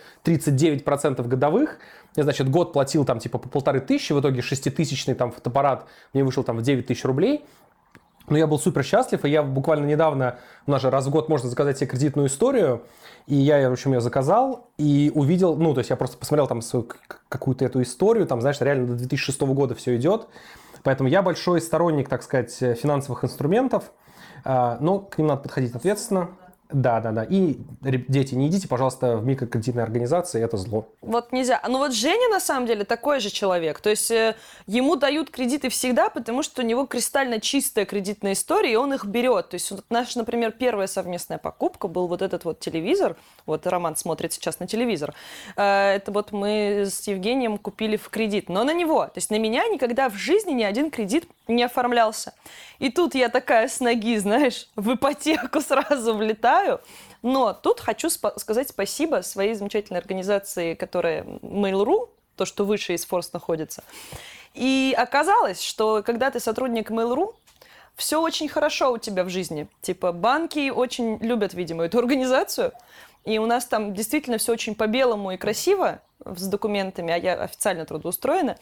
39% годовых. Я, значит, год платил, там, типа, по 1500, в итоге 6000-ный, там, фотоаппарат мне вышел, там, в 9000 рублей. Но я был супер счастлив, и я буквально недавно, у нас же раз в год можно заказать себе кредитную историю, и я, в общем, ее заказал и увидел, ну, то есть я просто посмотрел там свою какую-то эту историю, там, знаешь, реально до 2006 года все идет, поэтому я большой сторонник, так сказать, финансовых инструментов, но к ним надо подходить ответственно. Да. И, дети, не идите, пожалуйста, в микрокредитные организации, это зло. Вот нельзя. Ну вот Женя, на самом деле, такой же человек. То есть ему дают кредиты всегда, потому что у него кристально чистая кредитная история, и он их берет. То есть вот наша, например, первая совместная покупка был вот этот вот телевизор. Вот Роман смотрит сейчас на телевизор. Это вот мы с Евгением купили в кредит. Но на него. То есть на меня никогда в жизни ни один кредит не оформлялся. И тут я такая с ноги, знаешь, в ипотеку сразу влетаю. Но тут хочу сказать спасибо своей замечательной организации, которая Mail.ru, то, что выше из Форс находится. И оказалось, что когда ты сотрудник Mail.ru, все очень хорошо у тебя в жизни. Типа банки очень любят, видимо, эту организацию. И у нас там действительно все очень по-белому и красиво с документами, а я официально трудоустроена.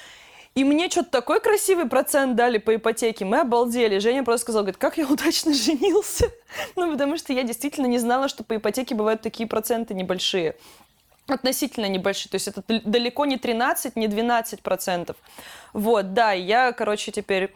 И мне что-то такой красивый процент дали по ипотеке. Мы обалдели. Женя просто сказала, говорит, как я удачно женился. Ну, потому что я действительно не знала, что по ипотеке бывают такие проценты небольшие. Относительно небольшие. То есть это далеко не 13, не 12%. Вот, да, я, короче, теперь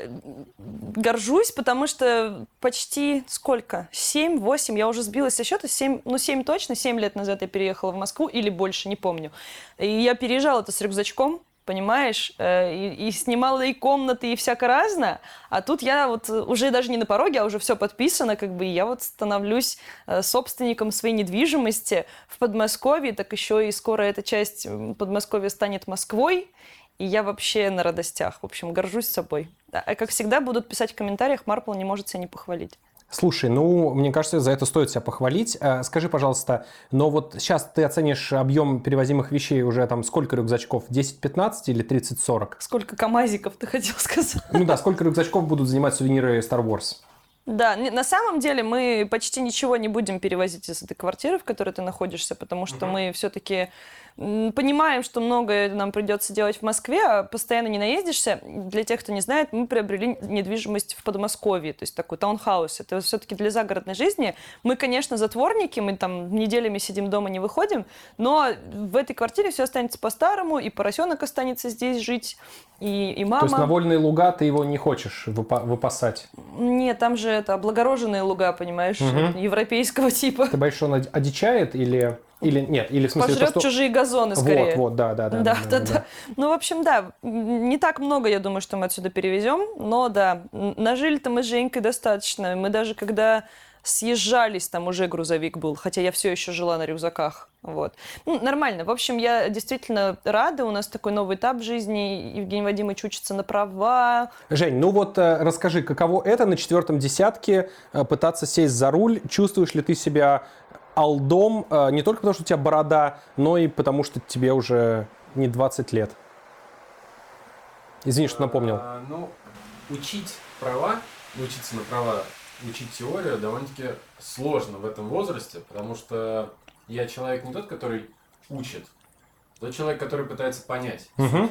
горжусь, потому что почти сколько? 7-8, я уже сбилась со счета. 7 точно, 7 лет назад я переехала в Москву или больше, не помню. И я переезжала это с рюкзачком, понимаешь, и снимала и комнаты, и всяко разное, а тут я вот уже даже не на пороге, а уже все подписано, как бы, и я вот становлюсь собственником своей недвижимости в Подмосковье, так еще и скоро эта часть Подмосковья станет Москвой, и я вообще на радостях, в общем, горжусь собой. А как всегда будут писать в комментариях, Марпл не может себя не похвалить. Слушай, ну, мне кажется, за это стоит себя похвалить. Скажи, пожалуйста, но вот сейчас ты оценишь объем перевозимых вещей уже там сколько рюкзачков? 10-15 или 30-40? Сколько камазиков, ты хотел сказать? Ну да, сколько рюкзачков будут занимать сувениры Star Wars? Да, на самом деле мы почти ничего не будем перевозить из этой квартиры, в которой ты находишься, потому что мы все-таки понимаем, что многое нам придется делать в Москве, а постоянно не наездишься. Для тех, кто не знает, мы приобрели недвижимость в Подмосковье, то есть такой таунхаус. Это все-таки для загородной жизни. Мы, конечно, затворники, мы там неделями сидим дома, не выходим, но в этой квартире все останется по-старому, и поросенок останется здесь жить, и мама. То есть на вольные луга ты его не хочешь выпасать? Нет, там же это облагороженные луга, понимаешь, европейского типа. Ты боишься, он одичает или нет? Или в смысле Пожрет то, что... чужие газоны скорее. Вот, да. Да. Ну, в общем, да, не так много, я думаю, что мы отсюда перевезем, но да, нажили-то мы с Женькой достаточно. Мы даже когда съезжались, там уже грузовик был, хотя я все еще жила на рюкзаках. Вот. Ну, нормально. В общем, я действительно рада. У нас такой новый этап в жизни. Евгений Вадимович учится на права. Жень, ну вот расскажи, каково это на 4-м десятке пытаться сесть за руль? Чувствуешь ли ты себя алдом не только потому, что у тебя борода, но и потому, что тебе уже не 20 лет? Извини, что напомнил. Ну, учиться на права, учить теорию довольно-таки сложно в этом возрасте, потому что я человек не тот, который учит, а тот человек, который пытается понять.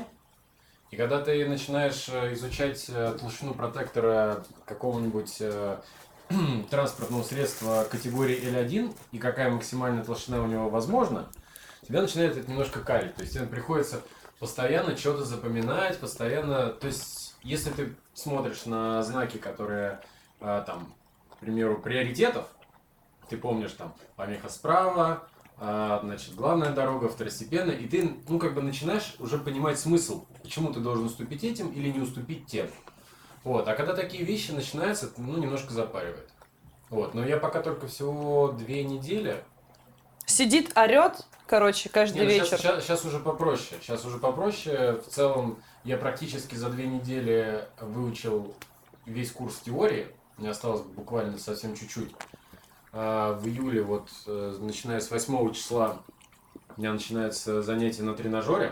И когда ты начинаешь изучать толщину протектора какого-нибудь транспортного средства категории L1 и какая максимальная толщина у него возможна, тебя начинает это немножко калить. То есть тебе приходится постоянно что-то запоминать, постоянно... То есть если ты смотришь на знаки, которые, там, к примеру, приоритетов, ты помнишь там помеха справа, значит, главная дорога, второстепенная, и ты, ну, как бы начинаешь уже понимать смысл, почему ты должен уступить этим или не уступить тем. Вот. А когда такие вещи начинаются, это, ну, немножко запаривает. Вот. Но я пока только всего 2 недели. Сидит, орет, короче, каждый вечер. Сейчас уже попроще. Сейчас уже попроще. В целом, я практически за 2 недели выучил весь курс теории. Мне осталось буквально совсем чуть-чуть. В июле, вот, начиная с 8 числа, у меня начинается занятие на тренажере.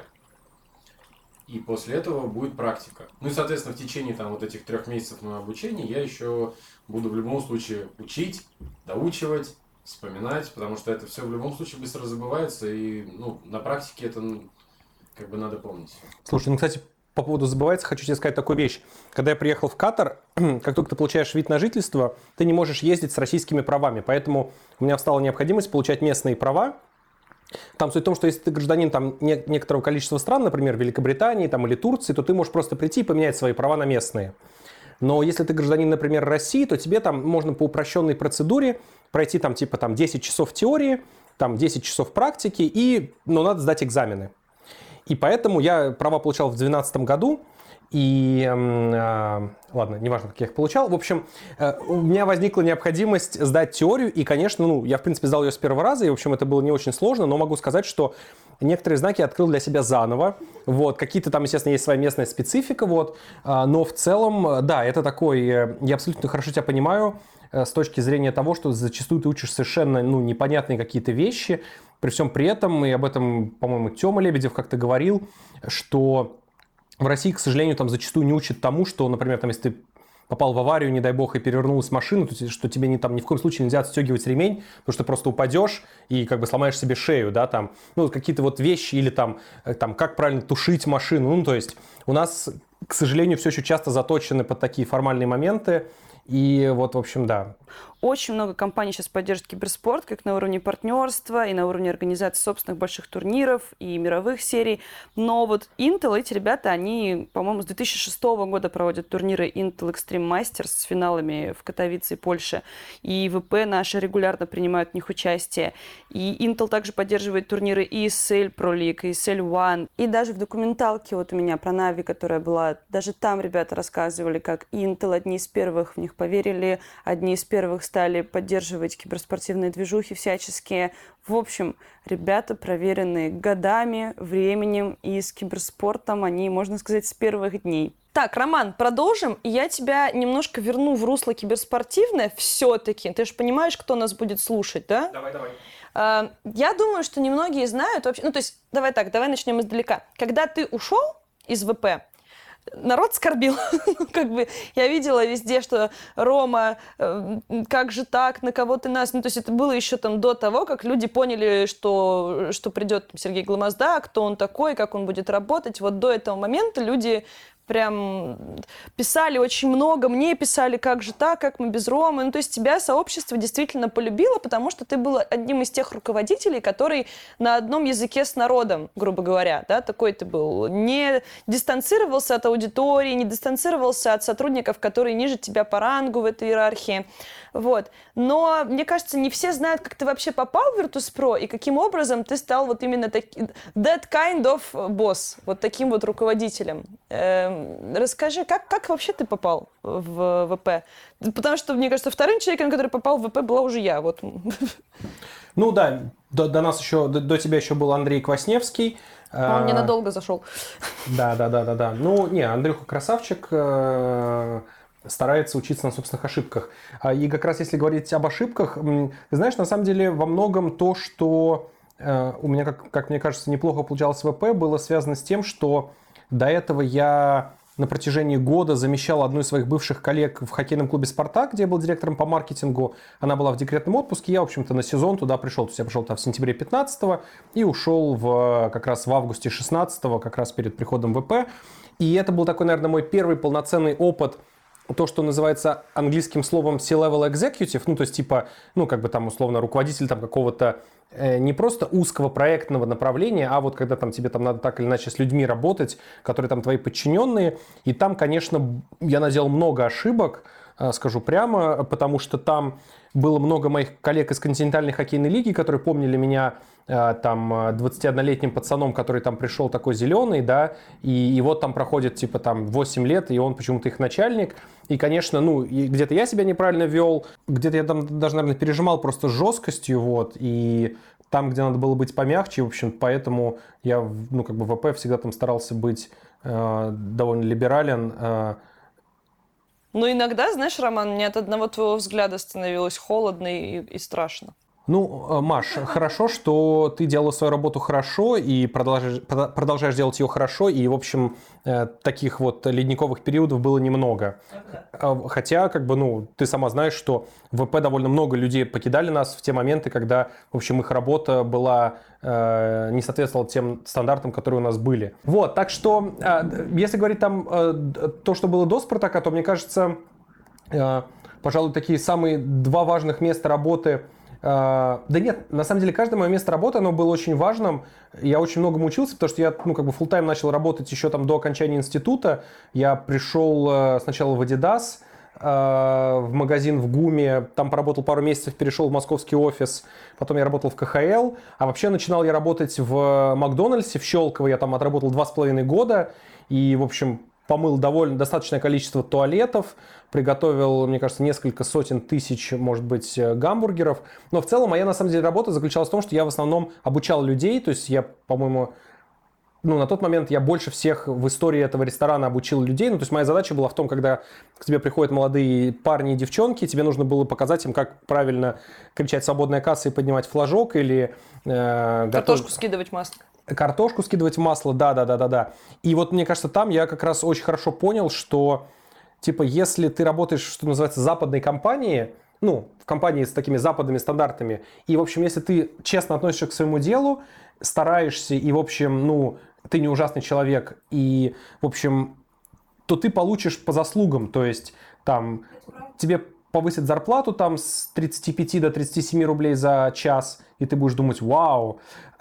И после этого будет практика. Ну и, соответственно, в течение там вот этих 3 месяцев моего обучения я еще буду в любом случае учить, доучивать, вспоминать, потому что это все в любом случае быстро забывается, и ну, на практике это как бы надо помнить. Слушай, ну, кстати, по поводу забывается, хочу тебе сказать такую вещь. Когда я приехал в Катар, как только ты получаешь вид на жительство, ты не можешь ездить с российскими правами, поэтому у меня встала необходимость получать местные права. Там суть в том, что если ты гражданин там, некоторого количества стран, например, Великобритании там, или Турции, то ты можешь просто прийти и поменять свои права на местные. Но если ты гражданин, например, России, то тебе там можно по упрощенной процедуре пройти там типа там 10 часов теории, там 10 часов практики, и надо сдать экзамены. И поэтому я права получал в 2012 году, и, ладно, неважно, как я их получал. В общем, у меня возникла необходимость сдать теорию, и, конечно, я, в принципе, сдал ее с первого раза, и, в общем, это было не очень сложно, но могу сказать, что некоторые знаки я открыл для себя заново. Вот, какие-то там, естественно, есть своя местная специфика, вот, но в целом, да, это такой, я абсолютно хорошо тебя понимаю, с точки зрения того, что зачастую ты учишь совершенно непонятные какие-то вещи, при всем при этом, и об этом, по-моему, Тёма Лебедев как-то говорил, что в России, к сожалению, там зачастую не учат тому, что, например, там, если ты попал в аварию, не дай бог, и перевернулась машина, то что тебе ни в коем случае нельзя отстегивать ремень, потому что ты просто упадешь и как бы сломаешь себе шею, да, там, какие-то вот вещи, или там, как правильно тушить машину, то есть у нас, к сожалению, все еще часто заточены под такие формальные моменты, и вот, в общем, да. Очень много компаний сейчас поддерживают киберспорт, как на уровне партнерства и на уровне организации собственных больших турниров и мировых серий. Но вот Intel, эти ребята, они, по-моему, с 2006 года проводят турниры Intel Extreme Masters с финалами в Катовице и Польше. И ВП наши регулярно принимают в них участие. И Intel также поддерживает турниры ESL Pro League, ESL One. И даже в документалке вот у меня про Нави, которая была, даже там ребята рассказывали, как Intel одни из первых в них поверили, одни из первых стали поддерживать киберспортивные движухи всяческие. В общем, ребята, проверенные годами, временем и с киберспортом, они, можно сказать, с первых дней. Так, Роман, продолжим. Я тебя немножко верну в русло киберспортивное все-таки. Ты же понимаешь, кто нас будет слушать, да? Давай. Я думаю, что немногие знают вообще... то есть, давай начнем издалека. Когда ты ушел из ВП, народ скорбил. Я видела везде, что Рома, как же так, на кого ты нас... то есть это было еще там до того, как люди поняли, что придет Сергей Гломозда, кто он такой, как он будет работать. Вот до этого момента люди прям писали очень много, мне писали, как же так, как мы без Ромы. То есть тебя сообщество действительно полюбило, потому что ты был одним из тех руководителей, который на одном языке с народом, грубо говоря, да, такой ты был. Не дистанцировался от аудитории, не дистанцировался от сотрудников, которые ниже тебя по рангу в этой иерархии. Вот. Но, мне кажется, не все знают, как ты вообще попал в Virtus.pro и каким образом ты стал вот именно that kind of boss, вот таким вот руководителем. Расскажи, как вообще ты попал в ВП? Потому что, мне кажется, вторым человеком, который попал в ВП, была уже я. Вот. Да, до нас еще, до тебя еще был Андрей Квасневский. Он ненадолго зашел. Да. Андрюха красавчик, старается учиться на собственных ошибках. И как раз если говорить об ошибках, ты знаешь, на самом деле во многом то, что у меня, как мне кажется, неплохо получалось в ВП, было связано с тем, что до этого я на протяжении года замещал одну из своих бывших коллег в хоккейном клубе «Спартак», где я был директором по маркетингу. Она была в декретном отпуске, я, в общем-то, на сезон туда пришел. То есть я пришел туда в сентябре 15-го и ушел как раз в августе 16-го, как раз перед приходом в ВП. И это был такой, наверное, мой первый полноценный опыт, то, что называется английским словом C-level executive, то есть типа, там условно руководитель там какого-то не просто узкого проектного направления, а вот когда там тебе там надо так или иначе с людьми работать, которые там твои подчиненные, и там, конечно, я наделал много ошибок, скажу прямо, потому что там было много моих коллег из континентальной хоккейной лиги, которые помнили меня там 21-летним пацаном, который там пришел такой зеленый, да, и вот там проходит типа там 8 лет, и он почему-то их начальник. И, конечно, ну, и где-то я себя неправильно вел, где-то я там даже, наверное, пережимал просто с жесткостью, вот, и там, где надо было быть помягче, в общем, поэтому я, ну, как бы в ВП всегда там старался быть довольно либерален. Но иногда, знаешь, Роман, мне от одного твоего взгляда становилось холодно и страшно. Ну, Маш, хорошо, что ты делала свою работу хорошо и продолжаешь делать ее хорошо, и, в общем, таких вот ледниковых периодов было немного. Хотя, как бы, ну, ты сама знаешь, что в ВП довольно много людей покидали нас в те моменты, когда, в общем, их работа была, не соответствовала тем стандартам, которые у нас были. Вот, так что, если говорить там то, что было до Спартака, то, мне кажется, пожалуй, такие самые два важных места работы. Да нет, на самом деле каждое мое место работы, оно было очень важным. Я очень многому учился, потому что я, ну, как бы full-time начал работать еще там до окончания института. Я пришел сначала в Adidas, в магазин в ГУМе, там поработал пару месяцев, перешел в московский офис, потом я работал в КХЛ, а вообще начинал я работать в Макдональдсе, в Щелково, я там отработал 2,5 года, и, в общем, помыл достаточное количество туалетов, приготовил, мне кажется, несколько сотен тысяч, может быть, гамбургеров. Но в целом моя, на самом деле, работа заключалась в том, что я в основном обучал людей. То есть я, по-моему, ну, на тот момент я больше всех в истории этого ресторана обучил людей. Ну, то есть моя задача была в том, когда к тебе приходят молодые парни и девчонки, тебе нужно было показать им, как правильно кричать «свободная касса» и поднимать флажок, или... Картошку скидывать масло. Картошку скидывать в масло, да. И вот, мне кажется, там я как раз очень хорошо понял, что, типа, если ты работаешь, что называется, в западной компании, ну, в компании с такими западными стандартами, и, в общем, если ты честно относишься к своему делу, стараешься, и, в общем, ну, ты не ужасный человек, и, в общем, то ты получишь по заслугам, то есть, там, тебе повысят зарплату там с 35 до 37 рублей за час, и ты будешь думать, вау,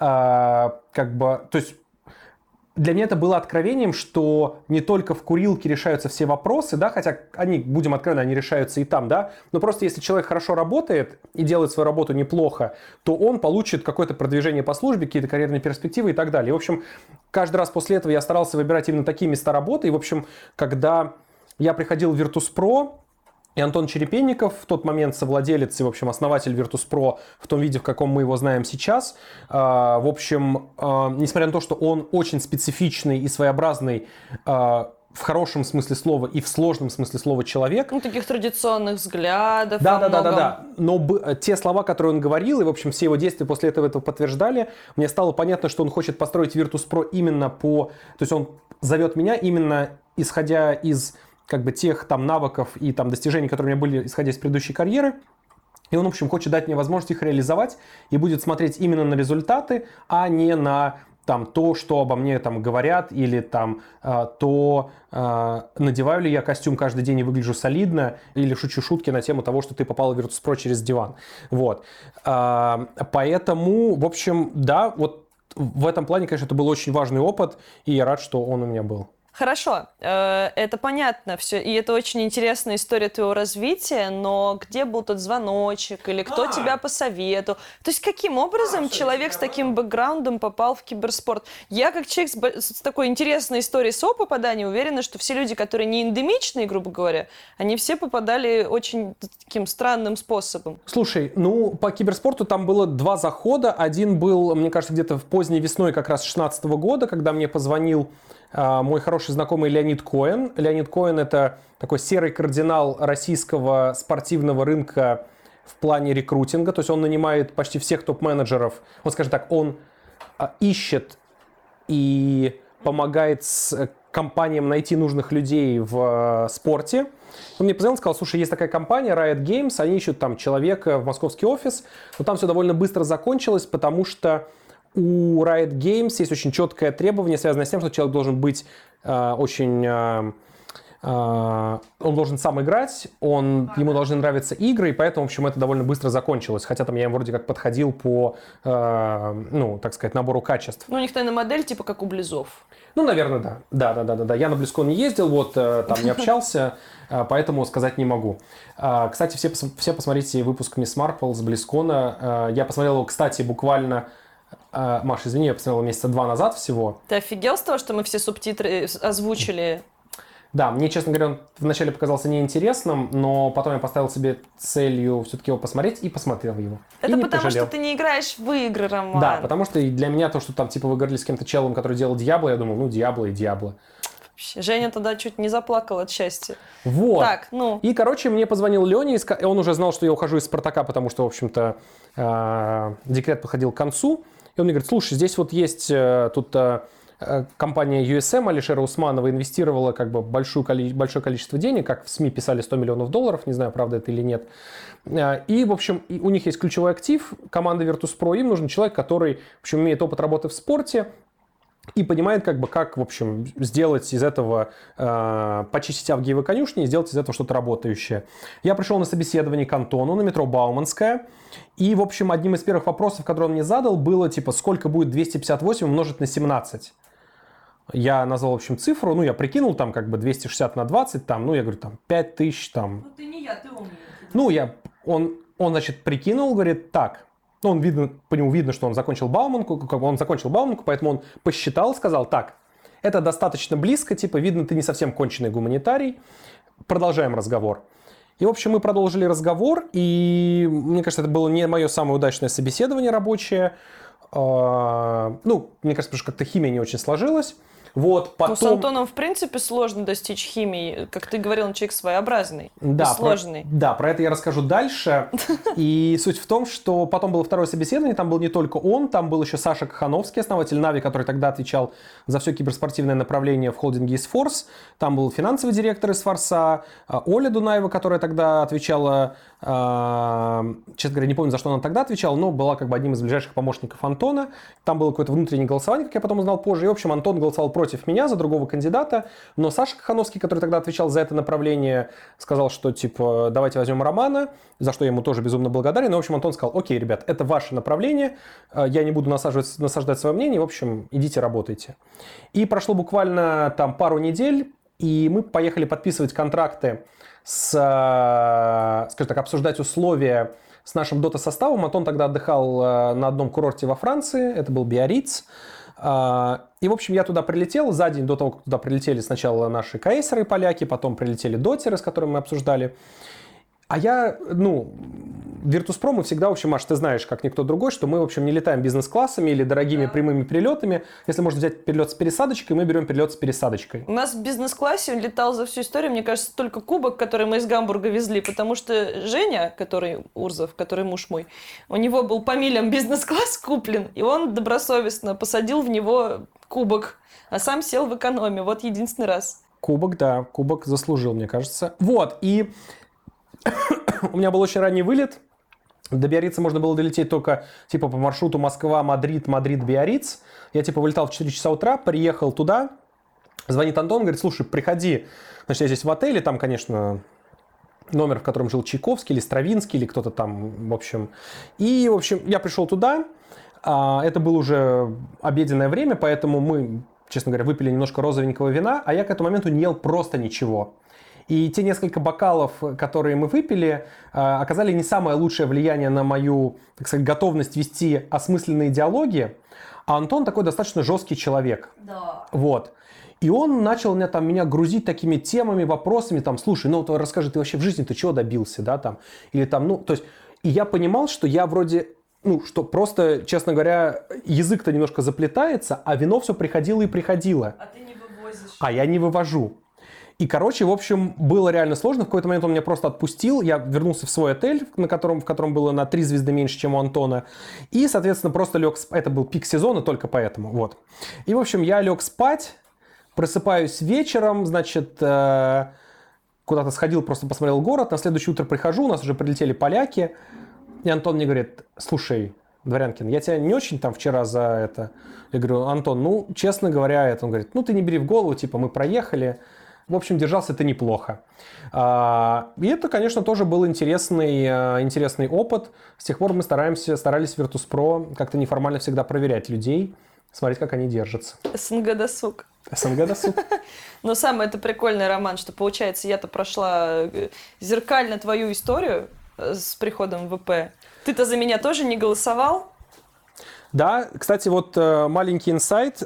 как бы, то есть для меня это было откровением, что не только в курилке решаются все вопросы, да, хотя они, будем откровенны, они решаются и там, да, но просто если человек хорошо работает и делает свою работу неплохо, то он получит какое-то продвижение по службе, какие-то карьерные перспективы и так далее. И, в общем, каждый раз после этого я старался выбирать именно такие места работы, и, в общем, когда я приходил в Virtus.pro, и Антон Черепенников, в тот момент совладелец и, в общем, основатель Virtus.pro в том виде, в каком мы его знаем сейчас. В общем, несмотря на то, что он очень специфичный и своеобразный в хорошем смысле слова и в сложном смысле слова человек. Ну, таких традиционных взглядов. Да. Но те слова, которые он говорил, и, в общем, все его действия после этого подтверждали, мне стало понятно, что он хочет построить Virtus.pro именно по... То есть он зовет меня именно исходя из... как бы тех там навыков и там достижений, которые у меня были, исходя из предыдущей карьеры. И он, в общем, хочет дать мне возможность их реализовать и будет смотреть именно на результаты, а не на там то, что обо мне там говорят, или там надеваю ли я костюм каждый день и выгляжу солидно, или шучу шутки на тему того, что ты попал в Virtus.pro через диван. Вот. Поэтому, в общем, да, вот в этом плане, конечно, это был очень важный опыт, и я рад, что он у меня был. Хорошо, это понятно все, и это очень интересная история твоего развития, но где был тот звоночек, или кто тебя посоветовал? То есть каким образом человек с таким бэкграундом попал в киберспорт? Я, как человек с такой интересной историей своего попадания, уверена, что все люди, которые не эндемичные, грубо говоря, они все попадали очень таким странным способом. Слушай, ну, по киберспорту там было 2 захода. Один был, мне кажется, где-то в поздней весной как раз 2016 года, когда мне позвонил мой хороший знакомый Леонид Коэн. Леонид Коэн – это такой серый кардинал российского спортивного рынка в плане рекрутинга. То есть он нанимает почти всех топ-менеджеров. Он, скажем так, он ищет и помогает с компаниям найти нужных людей в спорте. Он мне позвонил и сказал, слушай, есть такая компания Riot Games, они ищут там человека в московский офис. Но там все довольно быстро закончилось, потому что у Riot Games есть очень четкое требование, связанное с тем, что человек должен быть очень он должен сам играть, ему должны нравиться игры, и поэтому, в общем, это довольно быстро закончилось. Хотя там я им вроде как подходил по, ну, так сказать, набору качеств. Ну, у них, наверное, модель типа как у Близов. Ну, наверное, да. Да. Я на BlizzCon не ездил, вот, там не общался, поэтому сказать не могу. Кстати, все посмотрите выпуск Miss Marple с BlizzCon. Я посмотрел его, кстати, буквально... Маша, извини, я посмотрел месяца 2 назад всего. Ты офигел с того, что мы все субтитры озвучили? Да, мне, честно говоря, он вначале показался неинтересным, но потом я поставил себе целью все-таки его посмотреть и посмотрел его. Это потому, что ты не играешь в игры, Роман. Да, потому что для меня то, что там типа вы говорили с кем-то челом, который делал Диабло, я думал, ну, Диабло и Диабло. Вообще, Женя тогда чуть не заплакал от счастья. Вот. Так, ну. И, короче, мне позвонил Леня, и он уже знал, что я ухожу из «Спартака», потому что, в общем-то, декрет подходил к концу. И он мне говорит, слушай, здесь вот есть тут компания USM Алишера Усманова инвестировала как бы большое количество денег, как в СМИ писали, $100 миллионов, не знаю, правда это или нет. И, в общем, у них есть ключевой актив, команда Virtus.pro, им нужен человек, который, в общем, имеет опыт работы в спорте, и понимает, как бы, как, в общем, сделать из этого, почистить авгиевы конюшни и сделать из этого что-то работающее. Я пришел на собеседование к Антону на метро Бауманская. И, в общем, одним из первых вопросов, который он мне задал, было, типа, сколько будет 258 умножить на 17? Я назвал, в общем, цифру, ну, я прикинул, там, как бы, 260 на 20, там, ну, я говорю, там, 5000, там. Ну, ты не я, ты умный. Ну, он, значит, прикинул, говорит, так. Ну, по нему видно, что он закончил Бауманку, поэтому он посчитал, сказал, так, это достаточно близко, типа, видно, ты не совсем конченый гуманитарий, продолжаем разговор. И, в общем, мы продолжили разговор, и, мне кажется, это было не мое самое удачное собеседование рабочее. Ну, мне кажется, потому что как-то химия не очень сложилась. Вот, потом... Ну, с Антоном, в принципе, сложно достичь химии. Как ты говорил, он человек своеобразный, да, сложный. Да, про это я расскажу дальше. И суть в том, что потом было второе собеседование, там был не только он, там был еще Саша Кахановский, основатель Нави, который тогда отвечал за все киберспортивное направление в холдинге из Force. Там был финансовый директор из Форса, Оля Дунаева, которая тогда отвечала, честно говоря, не помню, за что она тогда отвечала, но была как бы одним из ближайших помощников Антона. Там было какое-то внутреннее голосование, как я потом узнал позже. И, в общем, Антон голосовал против меня, за другого кандидата. Но Саша Кахановский, который тогда отвечал за это направление, сказал, что, типа, давайте возьмем Романа, за что я ему тоже безумно благодарен. И, в общем, Антон сказал, окей, ребят, это ваше направление, я не буду насаждать свое мнение, в общем, идите работайте. И прошло буквально там пару недель, и мы поехали подписывать контракты скажем так, обсуждать условия с нашим дота-составом. Антон тогда отдыхал на одном курорте во Франции, это был Биарриц. И, в общем, я туда прилетел. За день до того, как туда прилетели сначала наши КСеры поляки, потом прилетели дотеры, с которыми мы обсуждали. А я, Virtus.pro мы всегда, в общем, Маш, ты знаешь, как никто другой, что мы, в общем, не летаем бизнес-классами или дорогими прямыми перелетами. Если можно взять перелет с пересадочкой, мы берем перелет с пересадочкой. У нас в бизнес-классе он летал за всю историю, мне кажется, только кубок, который мы из Гамбурга везли, потому что Женя, Урзов, который муж мой, у него был по милям бизнес-класс куплен, и он добросовестно посадил в него кубок, а сам сел в экономе. Вот единственный раз. Кубок, да, кубок заслужил, мне кажется. Вот, и у меня был очень ранний вылет. До Биаррица можно было долететь только типа по маршруту Москва-Мадрид, Мадрид-Биарриц. Я типа вылетал в 4 часа утра, приехал туда. Звонит Антон, говорит, слушай, приходи. Значит, я здесь в отеле, там, конечно, номер, в котором жил Чайковский или Стравинский, или кто-то там, в общем. И, в общем, я пришел туда. Это было уже обеденное время, поэтому мы, честно говоря, выпили немножко розовенького вина, а я к этому моменту не ел просто ничего. И те несколько бокалов, которые мы выпили, оказали не самое лучшее влияние на мою, так сказать, готовность вести осмысленные диалоги. А Антон такой достаточно жесткий человек. Да. Вот. И он начал меня грузить такими темами, вопросами, там, слушай, ну, вот расскажи, ты вообще в жизни, ты чего добился, да, там, или там, ну, то есть, и я понимал, что я вроде, что просто, честно говоря, язык-то немножко заплетается, а вино все приходило и приходило. А ты не вывозишь. А я не вывожу. И, короче, в общем, было реально сложно. В какой-то момент он меня просто отпустил. Я вернулся в свой отель, в котором было на 3 звезды меньше, чем у Антона. И, соответственно, просто лег спать. Это был пик сезона, только поэтому. Вот. И, в общем, я лег спать, просыпаюсь вечером, значит, куда-то сходил, просто посмотрел город. На следующее утро прихожу, у нас уже прилетели поляки. И Антон мне говорит, слушай, Дворянкин, я тебя не очень там вчера за это... Я говорю, Антон, честно говоря, это... Он говорит, ты не бери в голову, типа, мы проехали... В общем, держался ты неплохо. И это, конечно, тоже был интересный опыт. С тех пор мы старались в Virtus.pro как-то неформально всегда проверять людей, смотреть, как они держатся. СНГ досуг. СНГ досуг. Но самый это прикольный роман, что, получается, я-то прошла зеркально твою историю с приходом в ВП. Ты-то за меня тоже не голосовал? Да, кстати, вот маленький инсайт,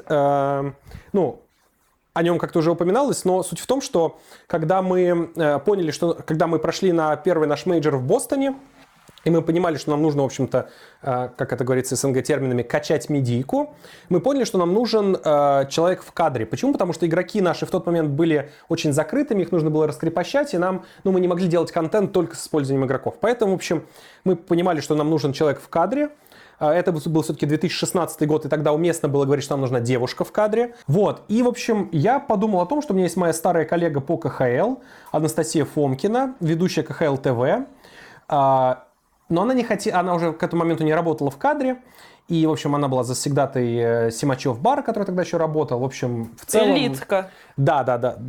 о нем как-то уже упоминалось, но суть в том, что когда мы поняли, что когда мы прошли на первый наш мейджор в Бостоне, и мы понимали, что нам нужно, в общем-то, как это говорится СНГ-терминами, качать медийку, мы поняли, что нам нужен человек в кадре. Почему? Потому что игроки наши в тот момент были очень закрытыми, их нужно было раскрепощать, и мы не могли делать контент только с использованием игроков. Поэтому, в общем, мы понимали, что нам нужен человек в кадре. Это был все-таки 2016 год, и тогда уместно было говорить, что нам нужна девушка в кадре. Вот. И, в общем, я подумал о том, что у меня есть моя старая коллега по КХЛ, Анастасия Фомкина, ведущая КХЛ ТВ. Но она уже к этому моменту не работала в кадре. И, в общем, она была завсегдатой Симачев бара, который тогда еще работал. В общем, в целом... Элитка. Да.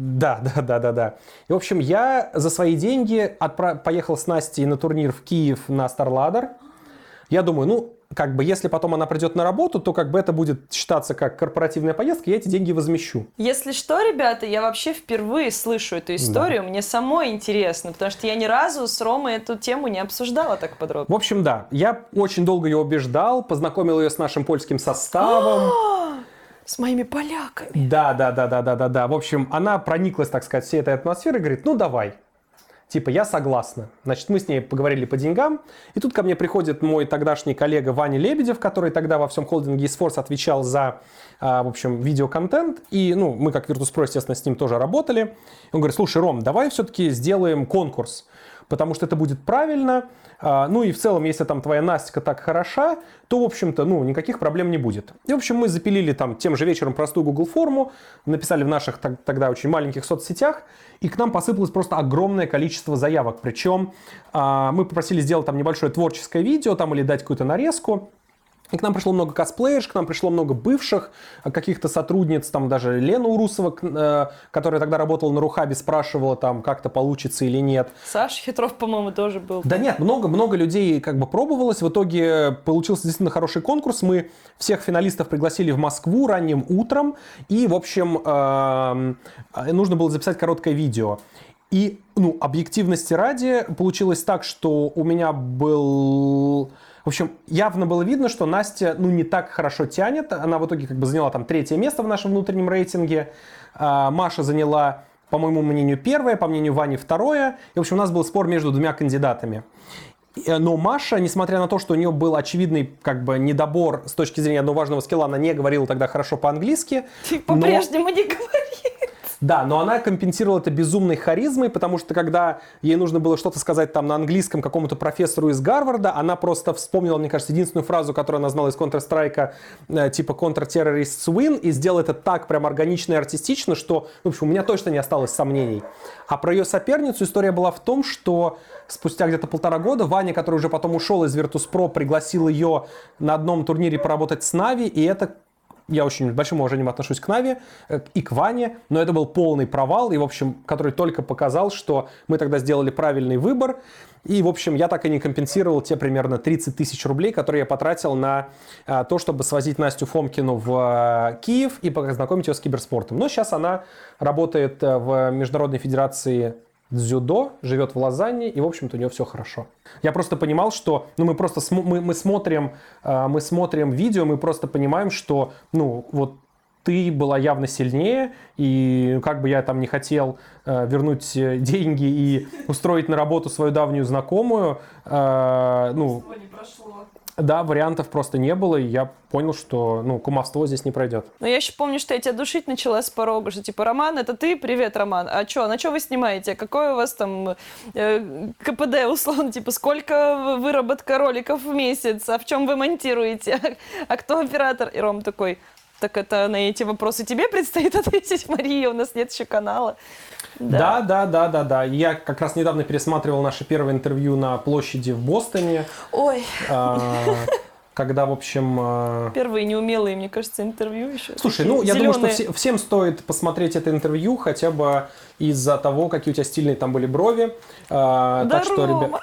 И, в общем, я за свои деньги поехал с Настей на турнир в Киев на StarLadder. Я думаю, если потом она придет на работу, то это будет считаться как корпоративная поездка, я эти деньги возмещу. Если что, ребята, я вообще впервые слышу эту историю, да. Мне самой интересно, потому что я ни разу с Ромой эту тему не обсуждала так подробно. В общем, да, я очень долго ее убеждал, познакомил ее с нашим польским составом. С моими поляками. Да. В общем, она прониклась, так сказать, всей этой атмосферой и говорит, давай. Типа, я согласна. Значит, мы с ней поговорили по деньгам. И тут ко мне приходит мой тогдашний коллега Ваня Лебедев, который тогда во всем холдинге eSforce отвечал за, в общем, видеоконтент. И, мы как Virtus.pro, естественно, с ним тоже работали. Он говорит, слушай, Ром, давай все-таки сделаем конкурс, потому что это будет правильно. И в целом, если там твоя Настя так хороша, то, в общем-то, никаких проблем не будет. И, в общем, мы запилили тем же вечером простую Google форму, написали в наших тогда очень маленьких соцсетях, и к нам посыпалось просто огромное количество заявок. Причем мы попросили сделать небольшое творческое видео или дать какую-то нарезку. И к нам пришло много косплеерш, к нам пришло много бывших каких-то сотрудниц, даже Лена Урусова, которая тогда работала на Рухабе, спрашивала, как-то получится или нет. Саша Хитров, по-моему, тоже был. Да нет, много людей пробовалось. В итоге получился действительно хороший конкурс. Мы всех финалистов пригласили в Москву ранним утром. И, в общем, нужно было записать короткое видео. И, объективности ради, получилось так, что у меня был... В общем, явно было видно, что Настя, не так хорошо тянет. Она в итоге заняла 3-е место в нашем внутреннем рейтинге. Маша заняла, по моему мнению, 1-е, по мнению Вани 2-е. И, в общем, у нас был спор между 2 кандидатами. Но Маша, несмотря на то, что у нее был очевидный недобор с точки зрения одного важного скилла, она не говорила тогда хорошо по-английски. Ты по-прежнему не говоришь. Да, но она компенсировала это безумной харизмой, потому что когда ей нужно было что-то сказать на английском какому-то профессору из Гарварда, она просто вспомнила, мне кажется, единственную фразу, которую она знала из Counter-Strike, типа «Counter-Terrorists win», и сделала это так прям органично и артистично, что, в общем, у меня точно не осталось сомнений. А про ее соперницу история была в том, что спустя где-то 1,5 года Ваня, который уже потом ушел из Virtus.pro, пригласил ее на одном турнире поработать с Нави, и это... Я очень с большим уважением отношусь к Нави и к Ване, но это был полный провал, и, в общем, который только показал, что мы тогда сделали правильный выбор. И, в общем, я так и не компенсировал те примерно 30 тысяч рублей, которые я потратил на то, чтобы свозить Настю Фомкину в Киев и познакомить ее с киберспортом. Но сейчас она работает в Международной Федерации дзюдо, живет в Лозанне, и, в общем-то, у нее все хорошо. Я просто понимал, что мы просто мы смотрим видео, мы просто понимаем, что ты была явно сильнее, и как бы я не хотел вернуть деньги и устроить на работу свою давнюю знакомую, не прошло. Да, вариантов просто не было, и я понял, что кумовство здесь не пройдет. Но я еще помню, что я тебя душить начала с порога, что типа, Роман, это ты? Привет, Роман. А что, на что вы снимаете? Какой у вас там КПД, условно, типа, сколько выработка роликов в месяц? А в чем вы монтируете? А кто оператор? И Ром такой, так это на эти вопросы тебе предстоит ответить, Мария, у нас нет еще канала. Да. Я как раз недавно пересматривал наше первое интервью на площади в Бостоне. Ой. когда, в общем... Первые неумелые, мне кажется, интервью еще. Слушай, ну, я думаю, что всем стоит посмотреть это интервью, хотя бы из-за того, какие у тебя стильные там были брови. Да, так что, Рома.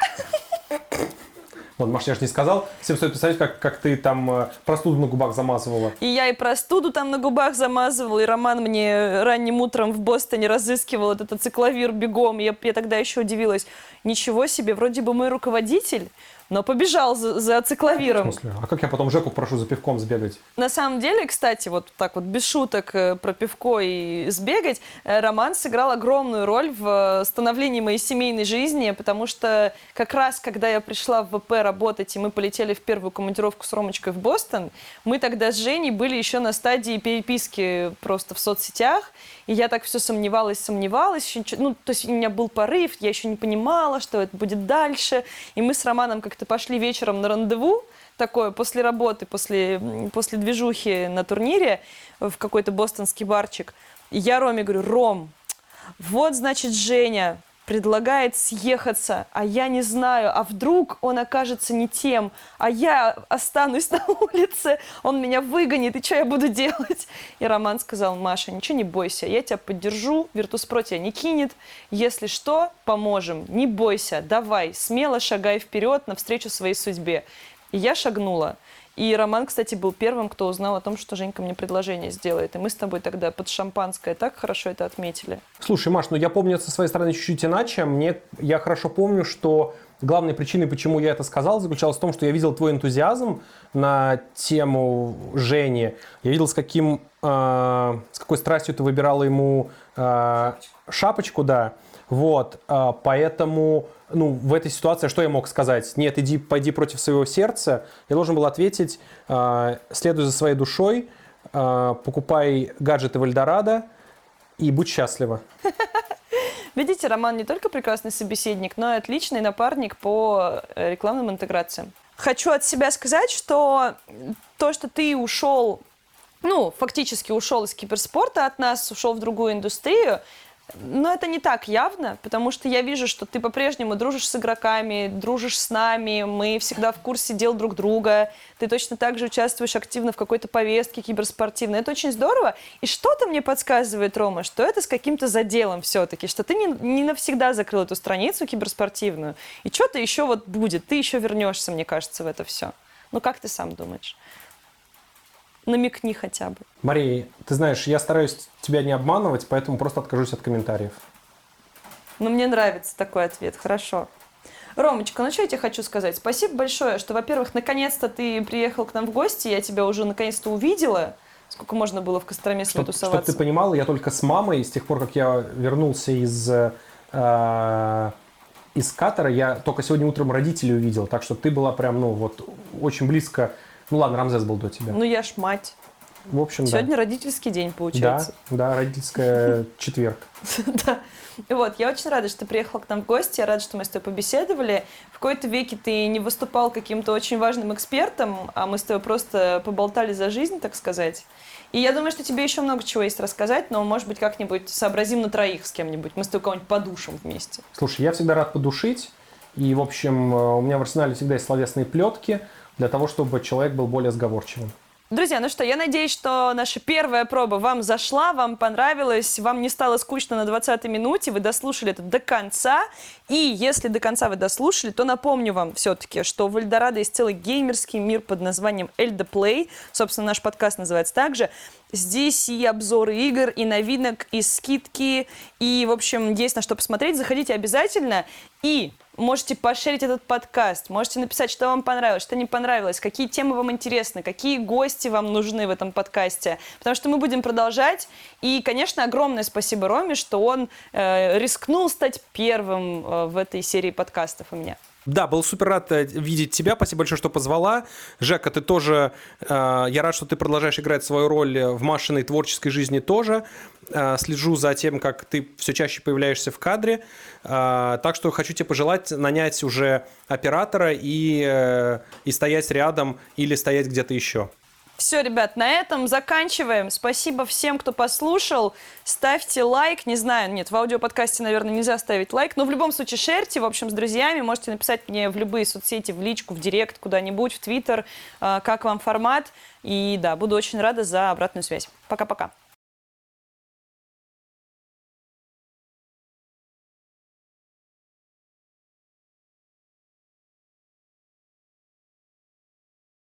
Вот, Маша, я же не сказал. Всем стоит посмотреть, как ты там простуду на губах замазывала. И я и простуду там на губах замазывала, и Роман мне ранним утром в Бостоне разыскивал этот ацикловир бегом. Я тогда еще удивилась. Ничего себе, вроде бы мой руководитель, но побежал за ацикловиром. В смысле? А как я потом Жеку прошу за пивком сбегать? На самом деле, кстати, вот так вот без шуток про пивко и сбегать, Роман сыграл огромную роль в становлении моей семейной жизни, потому что как раз, когда я пришла в ВП работать, и мы полетели в первую командировку с Ромочкой в Бостон, мы тогда с Женей были еще на стадии переписки просто в соцсетях, и я так все сомневалась, ну, то есть у меня был порыв, я еще не понимала, что это будет дальше, и мы с Романом как-то пошли вечером на рандеву, такое после работы, после движухи на турнире в какой-то бостонский барчик. И я Роме говорю: Ром, вот, значит, Женя предлагает съехаться, а я не знаю, а вдруг он окажется не тем, а я останусь на улице, он меня выгонит, и что я буду делать? И Роман сказал: Маша, ничего не бойся, я тебя поддержу, Virtus.pro тебя не кинет, если что, поможем, не бойся, давай, смело шагай вперед навстречу своей судьбе. И я шагнула. И Роман, кстати, был первым, кто узнал о том, что Женька мне предложение сделает. И мы с тобой тогда под шампанское так хорошо это отметили. Слушай, Маш, ну я помню это со своей стороны чуть-чуть иначе. Я хорошо помню, что главной причиной, почему я это сказал, заключалась в том, что я видел твой энтузиазм на тему Жени. Я видел, с какой страстью ты выбирала ему шапочку, да. Вот, поэтому, ну, в этой ситуации что я мог сказать? Нет, пойди против своего сердца. Я должен был ответить: следуй за своей душой, покупай гаджеты в Эльдорадо и будь счастлива. Видите, Роман не только прекрасный собеседник, но и отличный напарник по рекламным интеграциям. Хочу от себя сказать, что то, что ты ушел, ну, фактически ушел из киберспорта от нас, ушел в другую индустрию, но это не так явно, потому что я вижу, что ты по-прежнему дружишь с игроками, дружишь с нами, мы всегда в курсе дел друг друга, ты точно так же участвуешь активно в какой-то повестке киберспортивной. Это очень здорово. И что-то мне подсказывает, Рома, что это с каким-то заделом все-таки, что ты не навсегда закрыл эту страницу киберспортивную, и что-то еще вот будет, ты еще вернешься, мне кажется, в это все. Ну, как ты сам думаешь? Намекни хотя бы. Мария, ты знаешь, я стараюсь тебя не обманывать, поэтому просто откажусь от комментариев. Ну, мне нравится такой ответ, хорошо. Ромочка, ну что я тебе хочу сказать? Спасибо большое, что, во-первых, наконец-то ты приехал к нам в гости, я тебя уже наконец-то увидела. Сколько можно было в Костроме с ней тусоваться? Чтобы ты понимала, я только с мамой, с тех пор, как я вернулся из Катара, я только сегодня утром родителей увидел, так что ты была прям, ну, вот, очень близко. Ну ладно, Рамзес был до тебя. Ну я ж мать. В общем, сегодня родительский день, получается. Да, родительская четверг. Да. Вот, я очень рада, что ты приехал к нам в гости, я рада, что мы с тобой побеседовали. В какой-то веке ты не выступал каким-то очень важным экспертом, а мы с тобой просто поболтали за жизнь, так сказать. И я думаю, что тебе еще много чего есть рассказать, но, может быть, как-нибудь сообразим на троих с кем-нибудь. Мы с тобой кого-нибудь подушим вместе. Слушай, я всегда рад подушить. И, в общем, у меня в арсенале всегда есть словесные плетки для того, чтобы человек был более сговорчивым. Друзья, ну что, я надеюсь, что наша первая проба вам зашла, вам понравилась, вам не стало скучно на 20-й минуте, вы дослушали это до конца. И если до конца вы дослушали, то напомню вам все-таки, что в Эльдорадо есть целый геймерский мир под названием Эльда Плей. Собственно, наш подкаст называется также. Здесь и обзоры игр, и новинок, и скидки, и, в общем, есть на что посмотреть. Заходите обязательно и можете пошерить этот подкаст, можете написать, что вам понравилось, что не понравилось, какие темы вам интересны, какие гости вам нужны в этом подкасте, потому что мы будем продолжать. И, конечно, огромное спасибо Роме, что он рискнул стать первым в этой серии подкастов у меня. Да, был супер рад видеть тебя. Спасибо большое, что позвала. Жека, ты тоже... Я рад, что ты продолжаешь играть свою роль в Машиной творческой жизни тоже. Слежу за тем, как ты все чаще появляешься в кадре. Так что хочу тебе пожелать нанять уже оператора и стоять рядом или стоять где-то еще. Все, ребят, на этом заканчиваем. Спасибо всем, кто послушал. Ставьте лайк. Не знаю, нет, в аудиоподкасте, наверное, нельзя ставить лайк. Но в любом случае шерьте, в общем, с друзьями. Можете написать мне в любые соцсети, в личку, в директ, куда-нибудь, в Твиттер, как вам формат. И да, буду очень рада за обратную связь. Пока-пока.